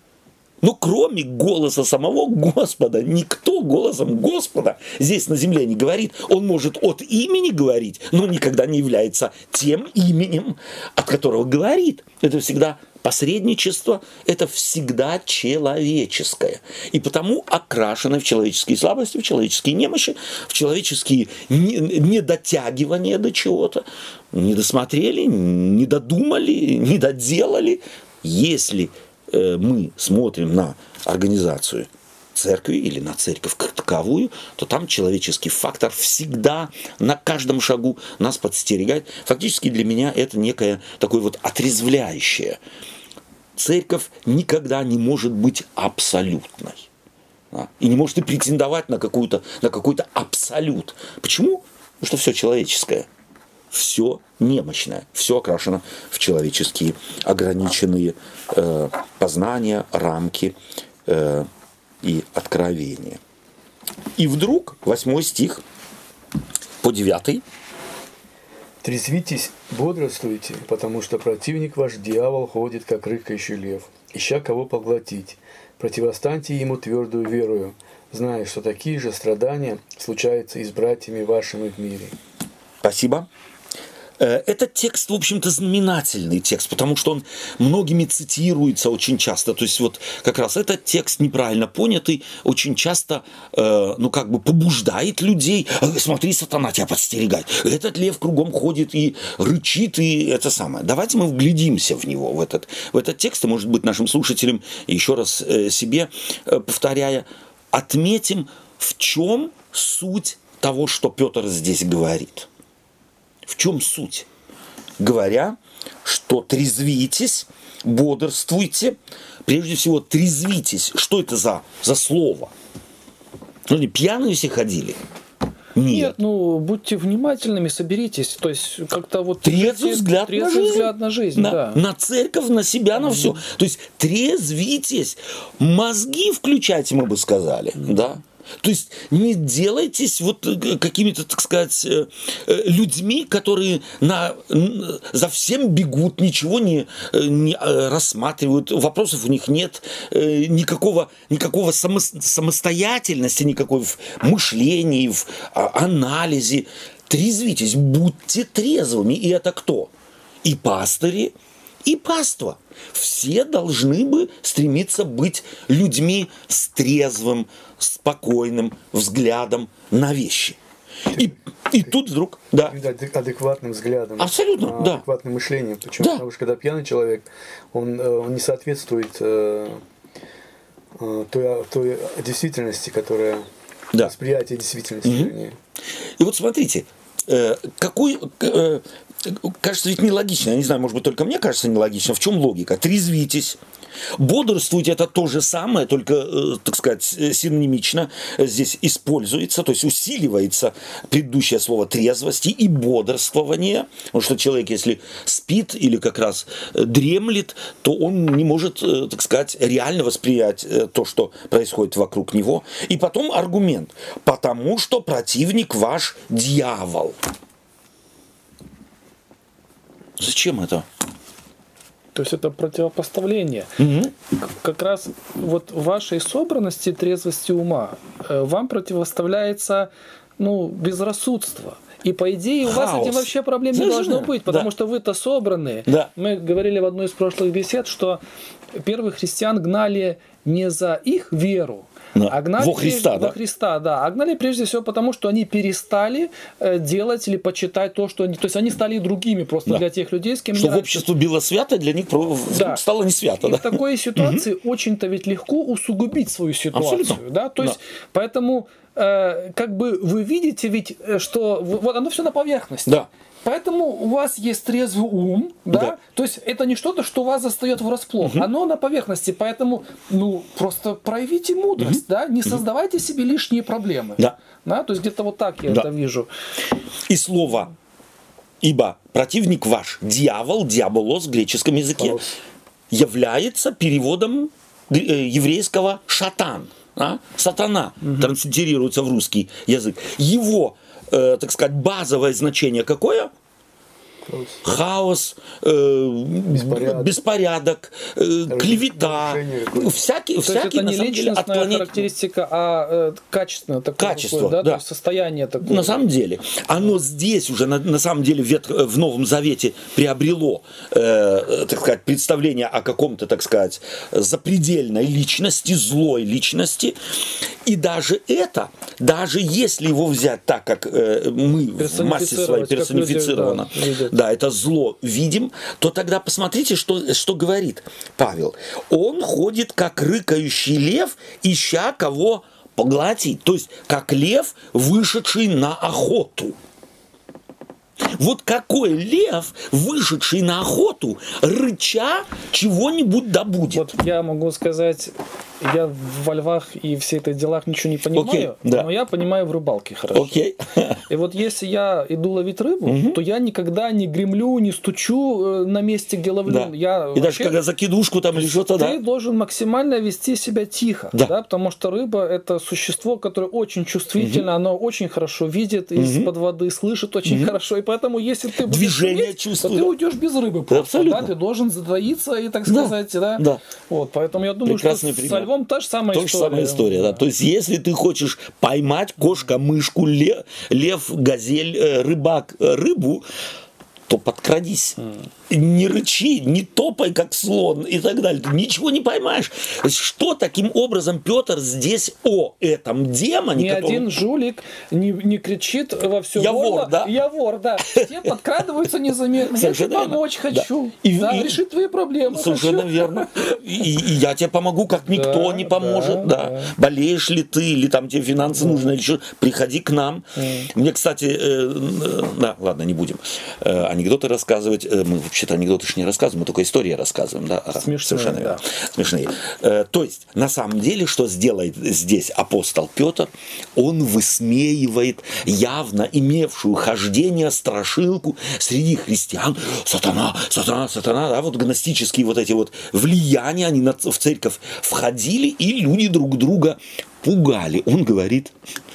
Но кроме голоса самого Господа, никто голосом Господа здесь на земле не говорит. Он может от имени говорить, но никогда не является тем именем, от которого говорит. Это всегда посредничество, это всегда человеческое. И потому окрашено в человеческие слабости, в человеческие немощи, в человеческие недотягивания до чего-то. Не досмотрели, не додумали, не доделали. Если мы смотрим на организацию церкви или на церковь как таковую, то там человеческий фактор всегда на каждом шагу нас подстерегает. Фактически для меня это некое такое вот отрезвляющее. Церковь никогда не может быть абсолютной. Да? И не может и претендовать на, какую-то, на какой-то абсолют. Почему? Потому что все человеческое. Все немощное, все окрашено в человеческие ограниченные э, познания, рамки э, и откровения. И вдруг, восьмой стих по девятый. «Трезвитесь, бодрствуйте, потому что противник ваш дьявол ходит, как рыкающий лев, ища кого поглотить. Противостаньте ему твердую верою, зная, что такие же страдания случаются и с братьями вашими в мире». Спасибо. Этот текст, в общем-то, знаменательный текст, потому что он многими цитируется очень часто. То есть вот как раз этот текст неправильно понятый очень часто, э, ну как бы побуждает людей. Смотри, сатана тебя подстерегает. Этот лев кругом ходит и рычит, и это самое. Давайте мы вглядимся в него, в этот, в этот текст, и, может быть, нашим слушателям, еще раз э, себе э, повторяя, отметим, в чем суть того, что Петр здесь говорит. В чем суть? Говоря, что трезвитесь, бодрствуйте, прежде всего трезвитесь. Что это за, за слово? Ну, они пьяные все ходили? Нет. Нет, ну, будьте внимательными, соберитесь. То есть, как-то вот... Трезвый взгляд, трезвый на, жизнь. взгляд на жизнь. На, да. на церковь, на себя, на все. То есть, трезвитесь. Мозги включайте, мы бы сказали. Да? То есть не делайтесь вот какими-то, так сказать, людьми, которые на, за всем бегут, ничего не, не рассматривают, вопросов у них нет, никакого, никакого само, самостоятельности, никакой в мышлении, в анализе. Трезвитесь, будьте трезвыми. И это кто? И пастыри, и паства. Все должны бы стремиться быть людьми с трезвым, спокойным взглядом на вещи. И, и тут вдруг, да. Адекватным взглядом. Абсолютно, да. Адекватным мышлением. Почему? Да. Потому что когда пьяный человек, он, он не соответствует э, э, той, той действительности, которая... Да. Восприятие действительности. Mm-hmm. И вот смотрите, э, какой... Э, кажется, ведь нелогично. Я не знаю, может быть, только мне кажется нелогично. В чем логика? Трезвитесь. Бодрствуйте — это то же самое, только, э, так сказать, синонимично здесь используется, то есть усиливается предыдущее слово трезвости и бодрствование, потому что человек, если спит или как раз дремлет, то он не может, э, так сказать, реально восприять э, то, что происходит вокруг него. И потом аргумент: потому что противник ваш дьявол. Зачем это? То есть это противопоставление. Угу. Как раз вот в вашей собранности, трезвости ума вам противоставляется, ну, безрассудство. И по идее у вас с этим вообще проблем не должно быть, потому да. что вы-то собраны. Да. Мы говорили в одной из прошлых бесед, что первых христиан гнали не за их веру, да. а гнали во Христа, прежде, да? во Христа, да. А гнали прежде всего потому, что они перестали делать или почитать то, что они... То есть они стали другими просто да. для тех людей, с кем что не в обществе было свято, для них да. стало не свято. И да? в такой ситуации угу. очень-то ведь легко усугубить свою ситуацию. Абсолютно. Да? То есть, да. поэтому э, как бы вы видите ведь, что вот оно все на поверхности. Да. Поэтому у вас есть трезвый ум, да? да. То есть это не что-то, что вас застает врасплох. Угу. Оно на поверхности. Поэтому, ну, просто проявите мудрость, угу. да? Не угу. создавайте себе лишние проблемы. Да. Да? То есть где-то вот так я да. это вижу. И слово «ибо противник ваш, дьявол», диаболос в греческом языке, Полос. является переводом еврейского «шатан». А? Сатана угу. транслитерируется в русский язык. Его, э, так сказать, базовое значение какое? Хаос, э, беспорядок, беспорядок э, клевета, всякие, всякие на самом деле, личностная отклонения. характеристика, а э, качественное такое, качество, такое, да, да. То есть состояние такое. На самом деле, оно здесь уже на, на самом деле в, в Новом Завете приобрело, э, так сказать, представление о каком-то, так сказать, запредельной личности, злой личности, и даже это, даже если его взять так, как э, мы в массе своей персонифицировано. Да, Да, это зло видим, то тогда посмотрите, что, что говорит Павел. Он ходит, как рыкающий лев, ища кого поглотить. То есть, как лев, вышедший на охоту. Вот какой лев, вышедший на охоту, рыча, чего-нибудь добудет. Вот я могу сказать, я во львах и все это делах ничего не понимаю, okay, да. но я понимаю в рыбалке хорошо. Okay. И вот если я иду ловить рыбу, uh-huh. то я никогда не гремлю, не стучу на месте, где ловлю. Да. Я и вообще, даже когда закидушку там или что-то, ты да? должен максимально вести себя тихо, да. Да, потому что рыба – это существо, которое очень чувствительно, uh-huh. оно очень хорошо видит uh-huh. из-под воды, слышит очень uh-huh. хорошо, и поэтому если ты будешь движение шуметь, чувствует, то ты уйдешь без рыбы. Да, абсолютно. Да, ты должен затаиться и, так да. сказать, да. да. Вот, поэтому я думаю, прекрасный что пример. со львом та же самая То история. же самая история, да. То есть, если ты хочешь поймать кошка, мышку, лев, лев газель, рыбак, рыбу, то подкрадись. Mm. Не рычи, не топай, как слон и так далее. Ты ничего не поймаешь. Что таким образом Петр здесь о этом демоне? Ни которого... один жулик не, не кричит во все я горло. вор, да? Я вор, да. Все подкрадываются незаметно. Я тебе помочь хочу. И, да, и, решить твои проблемы совершенно хочу. верно. И, и я тебе помогу, как никто да, не поможет. Да, да. Да. Болеешь ли ты, или там тебе финансы да. нужны, или что, приходи к нам. Mm. Мне, кстати, э, э, да, ладно, не будем э, анекдоты рассказывать. Э, мы вообще-то анекдоты ж не рассказываем, мы только истории рассказываем. Да? Смешные, совершенно да. Смешные. Э, то есть, на самом деле, что сделает здесь апостол Петр? Он высмеивает явно имевшую хождение страшилку среди христиан. Сатана, сатана, сатана. Да? Вот гностические вот эти вот влияния, они в церковь входили, и люди друг друга пугали. Он говорит,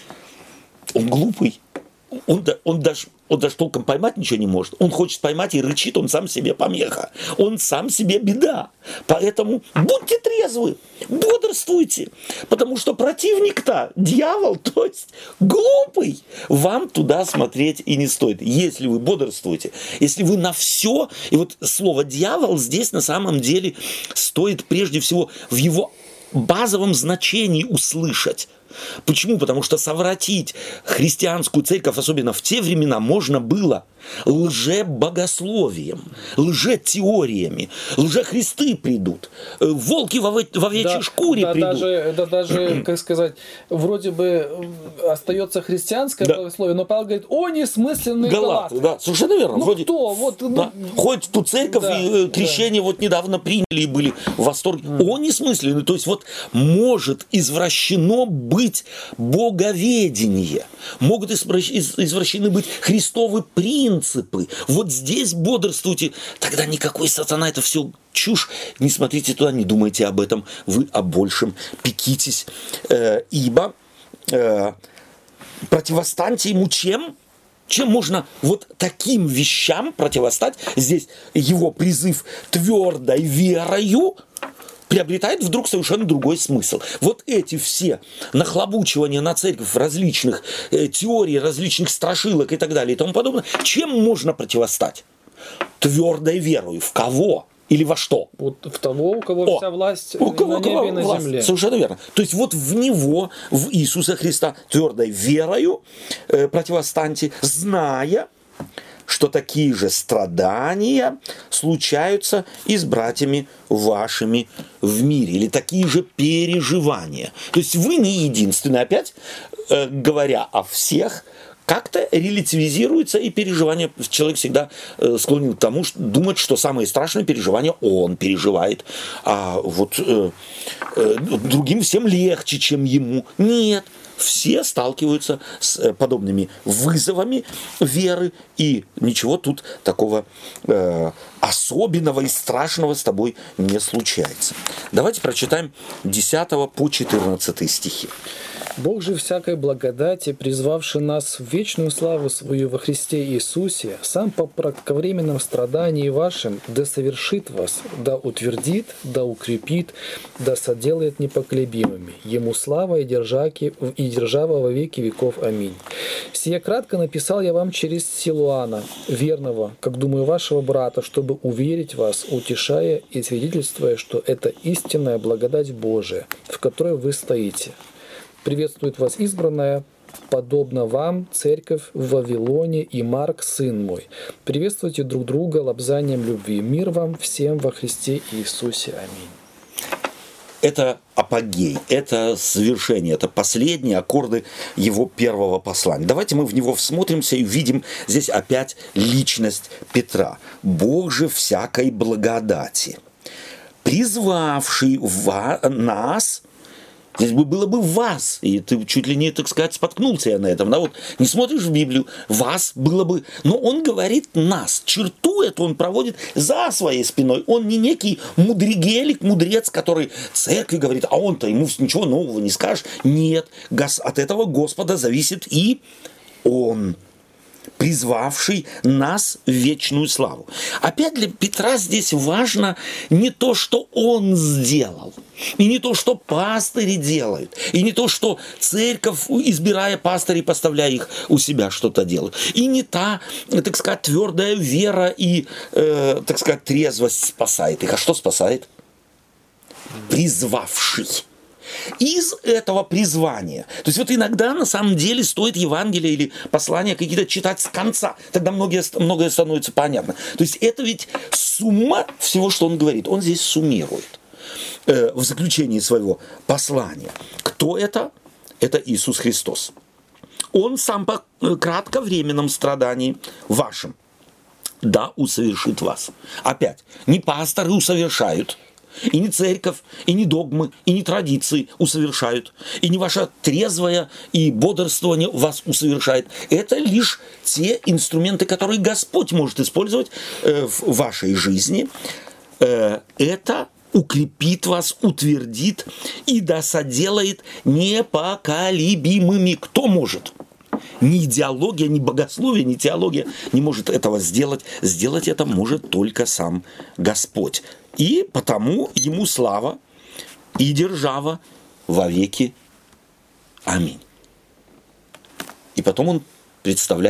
он глупый. Он, он, даже, он даже толком поймать ничего не может. Он хочет поймать и рычит, он сам себе помеха. Он сам себе беда. Поэтому будьте трезвы, бодрствуйте. Потому что противник-то дьявол, то есть глупый. Вам туда смотреть и не стоит. Если вы бодрствуете, если вы на все... И вот слово «дьявол» здесь на самом деле стоит прежде всего в его базовом значении услышать. Почему? Потому что совратить христианскую церковь, особенно в те времена, можно было лжебогословием, лжетеориями. Лжехристы придут, волки в овечьей Да, шкуре да, придут. даже, это даже, как сказать, вроде бы остается христианское Да. богословие, но Павел говорит, о, несмысленные Галаты, галаты. да, совершенно верно. Ну Вроде, кто? Вот, ну, да, ходят в ту церковь, да, и э, крещение вот недавно приняли и были в восторге. О, несмысленный. То есть вот может извращено быть боговедение, могут извращ- из- извращены быть христовы принципы. Вот здесь бодрствуйте, тогда никакой сатана, это все чушь, не смотрите туда, не думайте об этом, вы о большем пекитесь, э, ибо э, противостаньте ему чем? Чем можно вот таким вещам противостать? Здесь его призыв твердой верою приобретает вдруг совершенно другой смысл. Вот эти все нахлобучивания на церковь различных э, теорий, различных страшилок и так далее и тому подобное, чем можно противостать? Твердой верою. В кого? Или во что? Вот в того, у кого О, вся власть у кого, на небе кого и на власть? земле. Совершенно верно. То есть вот в него, в Иисуса Христа, твердой верою э, противостаньте, зная, что такие же страдания случаются и с братьями вашими в мире, или такие же переживания. То есть вы не единственные, опять э, говоря о всех, как-то релятивизируется и переживание. Человек всегда э, склонен к тому, что, думать, что самые страшные переживания он переживает, а вот э, э, другим всем легче, чем ему. Нет. Все сталкиваются с подобными вызовами веры, и ничего тут такого э, особенного и страшного с тобой не случается. Давайте прочитаем десятого по четырнадцатый стихи. Бог же всякой благодати, призвавший нас в вечную славу свою во Христе Иисусе, сам по кратковременном страдании вашим да совершит вас, да утвердит, да укрепит, да соделает непоколебимыми. Ему слава и держаки и держава во веки веков. Аминь. Сие кратко написал я вам через Силуана, верного, как думаю, вашего брата, чтобы уверить вас, утешая и свидетельствуя, что это истинная благодать Божия, в которой вы стоите. Приветствует вас избранная, подобно вам, церковь в Вавилоне и Марк, сын мой. Приветствуйте друг друга лобзанием любви. Мир вам всем во Христе Иисусе. Аминь. Это апогей, это совершение, это последние аккорды его первого послания. Давайте мы в него всмотримся и увидим здесь опять личность Петра. Бог же всякой благодати, призвавший нас. Здесь бы было бы вас, и ты чуть ли не, так сказать, споткнулся я на этом, да, вот не смотришь в Библию, вас было бы, но он говорит нас, черту эту он проводит за своей спиной, он не некий мудригелик, мудрец, который церкви говорит, а он-то ему ничего нового не скажешь, нет, от этого Господа зависит и он, призвавший нас в вечную славу. Опять для Петра здесь важно не то, что он сделал, и не то, что пастыри делают, и не то, что церковь, избирая пастырей, поставляя их у себя, что-то делает, и не та, так сказать, твердая вера и, э, так сказать, трезвость спасает их. А что спасает? Призвавший. Из этого призвания. То есть вот иногда на самом деле стоит Евангелие или послания какие-то читать с конца. Тогда многое, многое становится понятно. То есть это ведь сумма всего, что он говорит. Он здесь суммирует э, в заключении своего послания. Кто это? Это Иисус Христос. Он сам по кратковременном страдании вашим да усовершит вас. Опять, не пасторы усовершают, и не церковь, и не догмы, и не традиции усовершают, и не ваше трезвое и бодрствование вас усовершает. Это лишь те инструменты, которые Господь может использовать э, в вашей жизни. Э, это укрепит вас, утвердит и да соделает непоколебимыми. Кто может? Ни идеология, ни богословие, ни теология не может этого сделать. Сделать это может только сам Господь. И потому ему слава и держава во веки. Аминь. И потом он представляет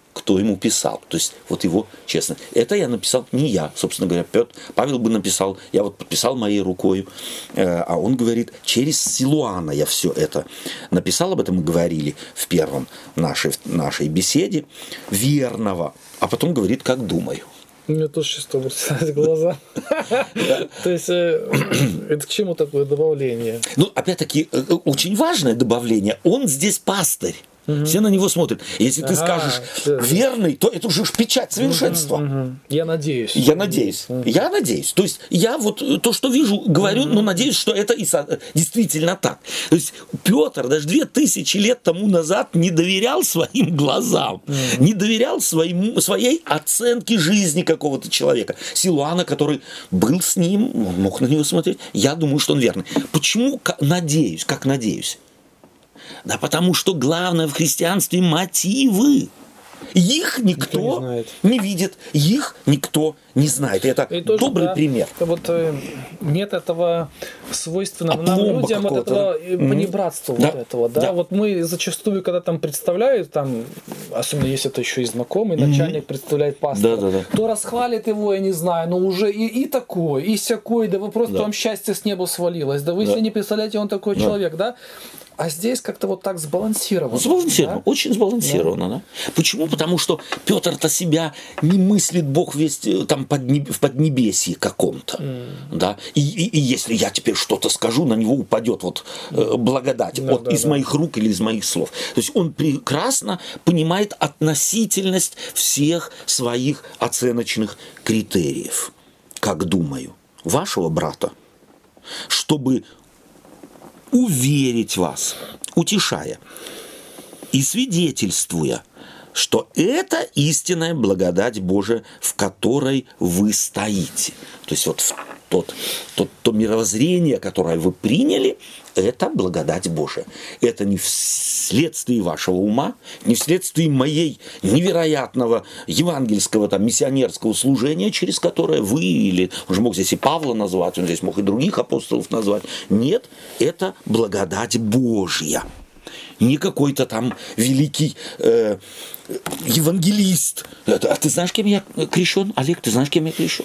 кто ему писал. То есть вот его честность. Это я написал не я, собственно говоря. Петр, Павел бы написал, я вот подписал моей рукой, а он говорит, через Силуана я все это написал, об этом мы говорили в первом нашей, нашей беседе, верного, а потом говорит, как думаю. У меня тоже сейчас бросаются глаза. То есть, это к чему такое добавление? Ну, опять-таки, очень важное добавление. Он здесь пастырь. Угу. Все на него смотрят. Если ага, ты скажешь да. верный, то это уже печать совершенства. Угу, угу. Я надеюсь. Я надеюсь. Угу. Я надеюсь. То есть я вот то, что вижу, говорю, угу. но надеюсь, что это и действительно так. То есть Петр даже две тысячи лет тому назад не доверял своим глазам, угу. не доверял своему, своей оценке жизни какого-то человека. Силуана, который был с ним, он мог на него смотреть. Я думаю, что он верный. Почему надеюсь? Как надеюсь? Да потому что главное в христианстве мотивы. Их никто, никто не, не видит, их никто не знает. И это и тоже, добрый да, пример. Вот э, нет этого свойственного нам людям вот этого да? понебратства mm-hmm. вот да. этого. Да? Да. Вот мы зачастую, когда там представляют, там, особенно если это еще и знакомый, mm-hmm. начальник представляет пастора, да, да, да. то расхвалит его, я не знаю, но уже и, и такой, и сякой, да вы просто да. вам счастье с неба свалилось, да вы да. себе не представляете, он такой да. человек, да? А здесь как-то вот так сбалансировано. Сбалансировано, да? Очень сбалансировано. Да. Да. Почему? Потому что Петр-то себя не мыслит Бог весь там поднеб... в поднебесье каком-то. Mm. Да? И, и, и если я теперь что-то скажу, на него упадет вот, э, благодать да, от, да, из да. моих рук или из моих слов. То есть он прекрасно понимает относительность всех своих оценочных критериев. Как думаю, вашего брата, чтобы уверить вас, утешая и свидетельствуя, что это истинная благодать Божия, в которой вы стоите. То есть вот тот, тот, то мировоззрение, которое вы приняли, это благодать Божия. Это не вследствие вашего ума, не вследствие моей невероятного евангельского, там, миссионерского служения, через которое вы, или он же мог здесь и Павла назвать, он здесь мог и других апостолов назвать. Нет, это благодать Божья. Не какой-то там великий э, евангелист. А ты знаешь, кем я крещен? Олег, ты знаешь, кем я крещен?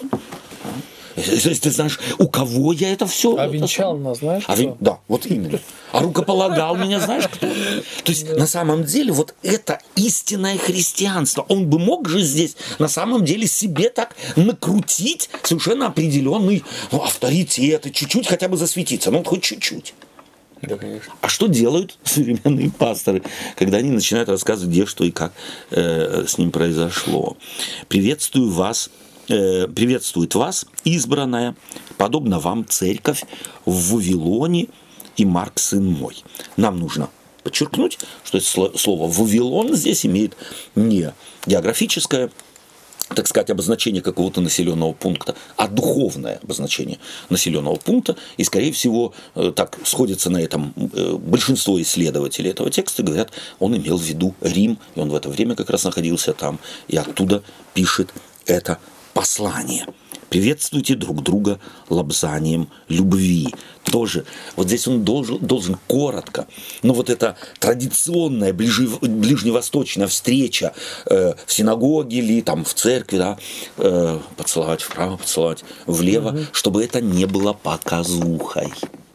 Ты знаешь, у кого я это все? А венчал нас, знаешь? А вен... Да, вот именно. А рукополагал меня, знаешь, кто? То есть, на самом деле, вот это истинное христианство. Он бы мог же здесь, на самом деле, себе так накрутить совершенно определенный ну, авторитет, и чуть-чуть хотя бы засветиться. Ну, хоть чуть-чуть. Да, конечно. А что делают современные пасторы, когда они начинают рассказывать, где, что и как э, с ним произошло? Приветствую вас. Приветствует вас, избранная, подобно вам, церковь в Вавилоне и Марк, сын мой. Нам нужно подчеркнуть, что это слово «Вавилон» здесь имеет не географическое, так сказать, обозначение какого-то населенного пункта, а духовное обозначение населенного пункта. И, скорее всего, так сходится на этом большинство исследователей этого текста, говорят, он имел в виду Рим, и он в это время как раз находился там, и оттуда пишет это послание. Приветствуйте друг друга лобзанием любви. Тоже, вот здесь он должен, должен коротко, но вот эта традиционная ближи, ближневосточная встреча э, в синагоге или там в церкви, да, э, поцеловать вправо, поцеловать влево, угу. чтобы это не было показухой.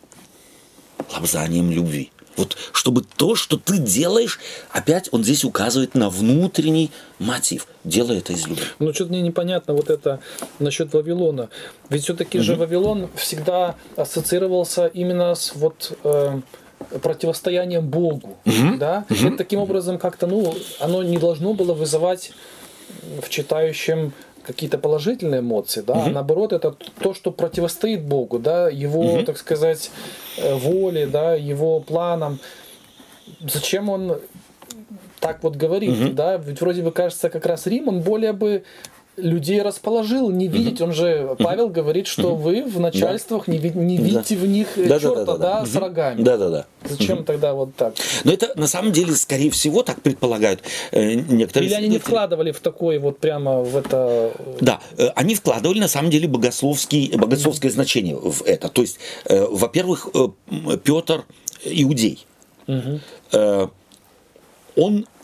Лобзанием любви. Вот чтобы то, что ты делаешь, опять он здесь указывает на внутренний мотив. Делай это из любви. Ну, что-то мне непонятно вот это насчет Вавилона. Ведь все-таки угу. же Вавилон всегда ассоциировался именно с вот э, противостоянием Богу. Угу. Да? Угу. Это таким образом как-то, ну, оно не должно было вызывать в читающем какие-то положительные эмоции, да, угу. а наоборот, это то, что противостоит Богу, да, его, угу. так сказать, воле, да, его планам. Зачем он так вот говорит, угу. да, ведь вроде бы кажется, как раз Рим, он более бы людей расположил, не видеть, он же, Павел говорит, что вы в начальствах да. не, не видите да. в них да, черта, да, да, да, да, с рогами. Да, да, да. Зачем угу. тогда вот так? Но это на самом деле, скорее всего, так предполагают э, некоторые. Или они не вкладывали в такой вот прямо в это... Да, э, они вкладывали на самом деле богословский, богословское mm-hmm. значение в это. То есть, э, во-первых, э, Петр иудей. Mm-hmm. Э, он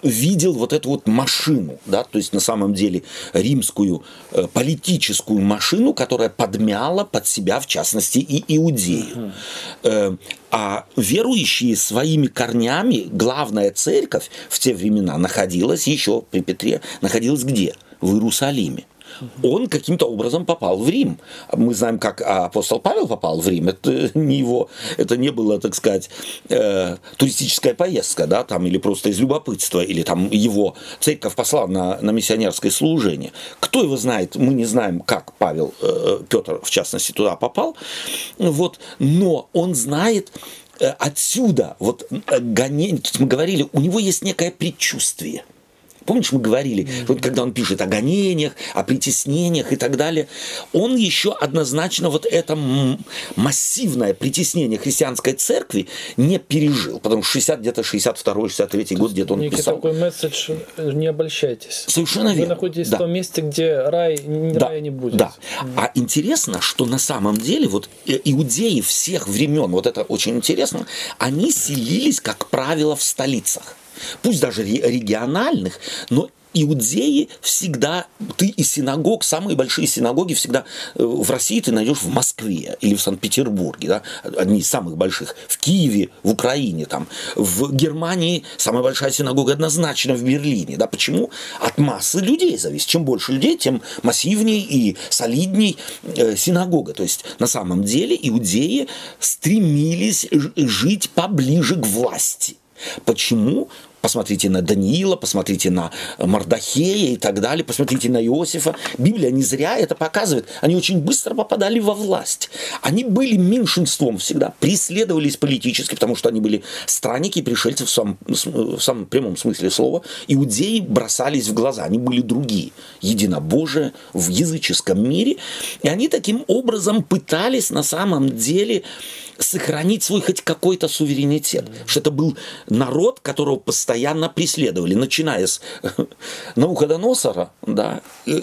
видел вот эту вот машину, да, то есть на самом деле римскую э, политическую машину, которая подмяла под себя, в частности, и Иудею. Э, а верующие своими корнями, главная церковь в те времена находилась еще при Петре, находилась где? В Иерусалиме. Он каким-то образом попал в Рим. Мы знаем, как апостол Павел попал в Рим. Это не его, это не было, так сказать, э, туристическая поездка, да, там, или просто из любопытства, или там его церковь послала на, на миссионерское служение. Кто его знает? Мы не знаем, как Павел, э, Петр, в частности, туда попал. Вот, но он знает э, отсюда, вот, гонение, мы говорили, у него есть некое предчувствие. Помнишь, мы говорили, mm-hmm. вот когда он пишет о гонениях, о притеснениях и так далее, он еще однозначно вот это массивное притеснение христианской церкви не пережил, потому что шестьдесят, где-то шестьдесят второй шестьдесят третий год где-то он некий писал. Такой месседж: не обольщайтесь. Совершенно верно. Вы находитесь да. в том месте, где рай, да. рая не будет. Да. Mm-hmm. А интересно, что на самом деле вот иудеи всех времен, вот это очень интересно, они селились, как правило, в столицах. Пусть даже региональных, но иудеи всегда, ты из синагог, самые большие синагоги всегда в России ты найдешь в Москве или в Санкт-Петербурге, да, одни из самых больших, в Киеве, в Украине, там, в Германии самая большая синагога однозначно в Берлине, да, почему? От массы людей зависит, чем больше людей, тем массивнее и солидней э, синагога, то есть на самом деле иудеи стремились жить поближе к власти. Почему? Посмотрите на Даниила, посмотрите на Мардахея и так далее, посмотрите на Иосифа. Библия не зря это показывает. Они очень быстро попадали во власть. Они были меньшинством всегда, преследовались политически, потому что они были странники и пришельцы в самом, в самом прямом смысле слова. Иудеи бросались в глаза, они были другие, единобожие в языческом мире. И они таким образом пытались на самом деле сохранить свой хоть какой-то суверенитет. Mm-hmm. Что это был народ, которого постоянно преследовали, начиная с Навуходоносора, да,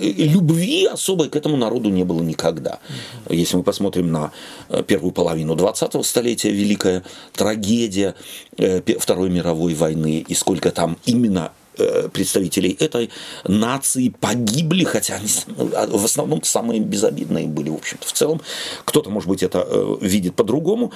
любви особой к этому народу не было никогда. Mm-hmm. Если мы посмотрим на первую половину двадцатого столетия, великая трагедия Второй мировой войны, и сколько там именно представителей этой нации погибли, хотя они в основном самые безобидные были, в общем-то, в целом. Кто-то, может быть, это видит по-другому,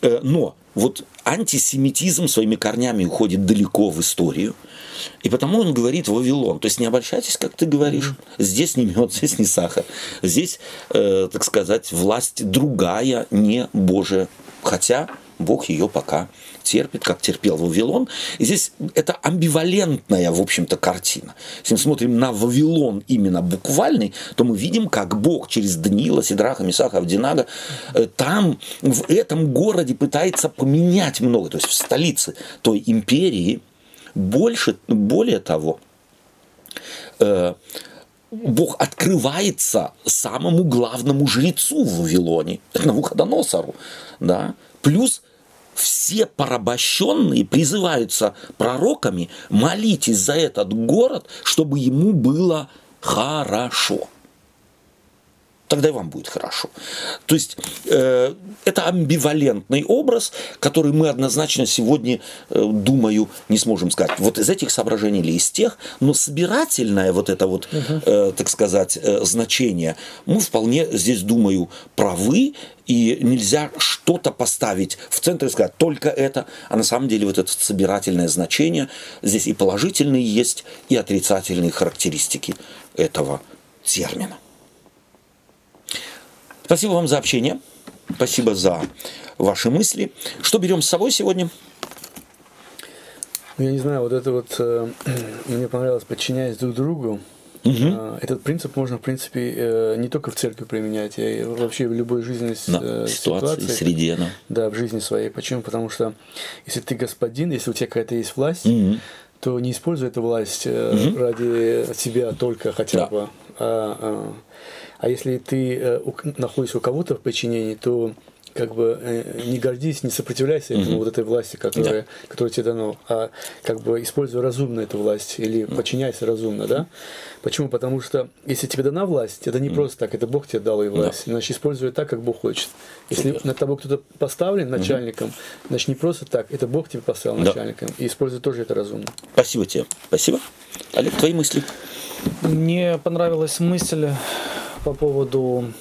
но вот антисемитизм своими корнями уходит далеко в историю, и потому он говорит Вавилон. То есть не обольщайтесь, как ты говоришь, здесь не мед, здесь не сахар, здесь, э, так сказать, власть другая, не Божия, хотя Бог ее пока терпит, как терпел Вавилон. И здесь это амбивалентная, в общем-то, картина. Если мы смотрим на Вавилон именно буквальный, то мы видим, как Бог через Даниила, Сидраха, Месаха, Авдинага там, в этом городе пытается поменять много. То есть в столице той империи больше, более того, Бог открывается самому главному жрецу в Вавилоне, это Навуходоносору, да, плюс все порабощенные призываются пророками: молитесь за этот город, чтобы ему было хорошо. Тогда и вам будет хорошо. То есть э, это амбивалентный образ, который мы однозначно сегодня, э, думаю, не сможем сказать, вот из этих соображений или из тех, но собирательное вот это вот, э, так сказать, э, значение, мы вполне здесь, думаю, правы, и нельзя что-то поставить в центр и сказать только это, а на самом деле вот это собирательное значение, здесь и положительные есть, и отрицательные характеристики этого термина. Спасибо вам за общение, спасибо за ваши мысли. Что берем с собой сегодня? Я не знаю, вот это вот э, мне понравилось, подчиняясь друг другу. Угу. Э, этот принцип можно, в принципе, э, не только в церкви применять, а вообще в любой жизненной э, ситуации, ситуации, среде. Да. да, в жизни своей. Почему? Потому что если ты господин, если у тебя какая-то есть власть, угу. то не используй эту власть э, угу. ради себя только хотя да. бы. А, а, а если ты э, у, находишься у кого-то в подчинении, то как бы э, не гордись, не сопротивляйся этому, mm-hmm. вот этой власти, которая, да. которая тебе дано, а как бы используй разумно эту власть или mm-hmm. подчиняйся разумно, да? Почему? Потому что если тебе дана власть, это не mm-hmm. просто так, это Бог тебе дал и власть, да. значит, используй ее так, как Бог хочет. Если Супер. Над тобой кто-то поставлен начальником, mm-hmm. значит, не просто так, это Бог тебя поставил да. начальником, и используй тоже это разумно. Спасибо тебе. Спасибо. Олег, твои мысли? Мне понравилась мысль по поводу,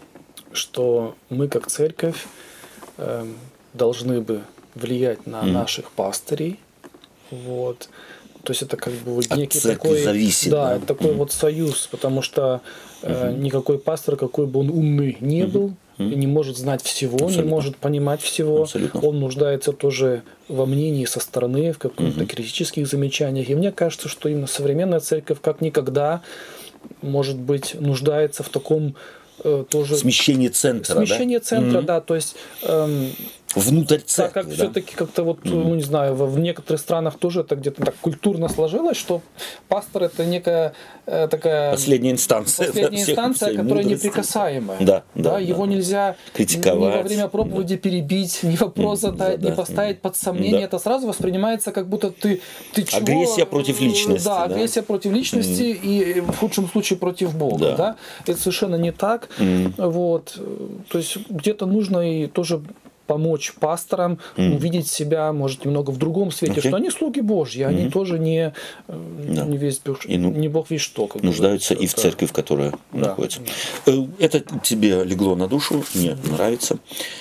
что мы как церковь э, должны бы влиять на mm. наших пастырей. Вот. То есть это как бы вот некий такой, зависит, да, да? это такой mm. вот союз, потому что э, mm-hmm. никакой пастор, какой бы он умный не mm-hmm. был, mm-hmm. не может знать всего, Абсолютно. Не может понимать всего. Абсолютно. Он нуждается тоже во мнении со стороны, в каких-то mm-hmm. критических замечаниях. И мне кажется, что именно современная церковь как никогда, может быть, нуждается в таком э, тоже... Смещение центра, Смещение да? центра, mm-hmm. да, то есть... Эм, внутрь церкви, так как да? все-таки как-то вот, mm-hmm. ну не знаю, в, в некоторых странах тоже это где-то так культурно сложилось, что пастор это некая э, такая... Последняя инстанция. Последняя да, инстанция, всех, которая мудрости. Неприкасаемая. Да, да, да, его да. нельзя критиковать. Ни во время проповеди да. перебить, ни вопрос задать, да, ни поставить да. под сомнение. Да. Это сразу воспринимается, как будто ты, ты чего? Агрессия против личности. Да, да? агрессия против личности mm. и в худшем случае против Бога. Да. Да? Это совершенно не так. Mm. Вот. То есть где-то нужно и тоже помочь пасторам mm. увидеть себя, может, немного в другом свете, okay. что они слуги Божьи, они mm-hmm. тоже не, да. не, весь, и, ну, не Бог весь что. Как нуждаются говорится. И в церкви, в которой да. находятся. Да. Это тебе легло на душу, мне mm-hmm. нравится.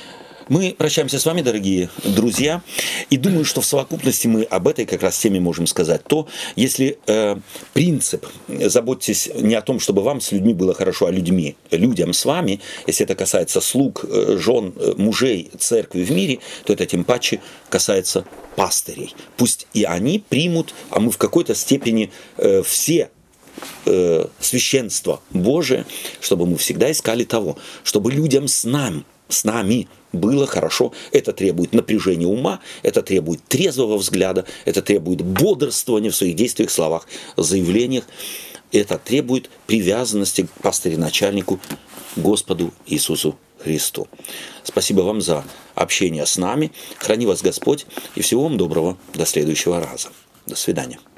Мы прощаемся с вами, дорогие друзья, и думаю, что в совокупности мы об этой как раз теме можем сказать то, если э, принцип «заботьтесь не о том, чтобы вам с людьми было хорошо, а людьми, людям с вами», если это касается слуг, жен, мужей, церкви в мире, то это тем паче касается пастырей. Пусть и они примут, а мы в какой-то степени э, все э, священство Божие, чтобы мы всегда искали того, чтобы людям с нами, с нами было хорошо. Это требует напряжения ума, это требует трезвого взгляда, это требует бодрствования в своих действиях, словах, заявлениях. Это требует привязанности к пастырю-начальнику, Господу Иисусу Христу. Спасибо вам за общение с нами. Храни вас Господь и всего вам доброго. До следующего раза. До свидания.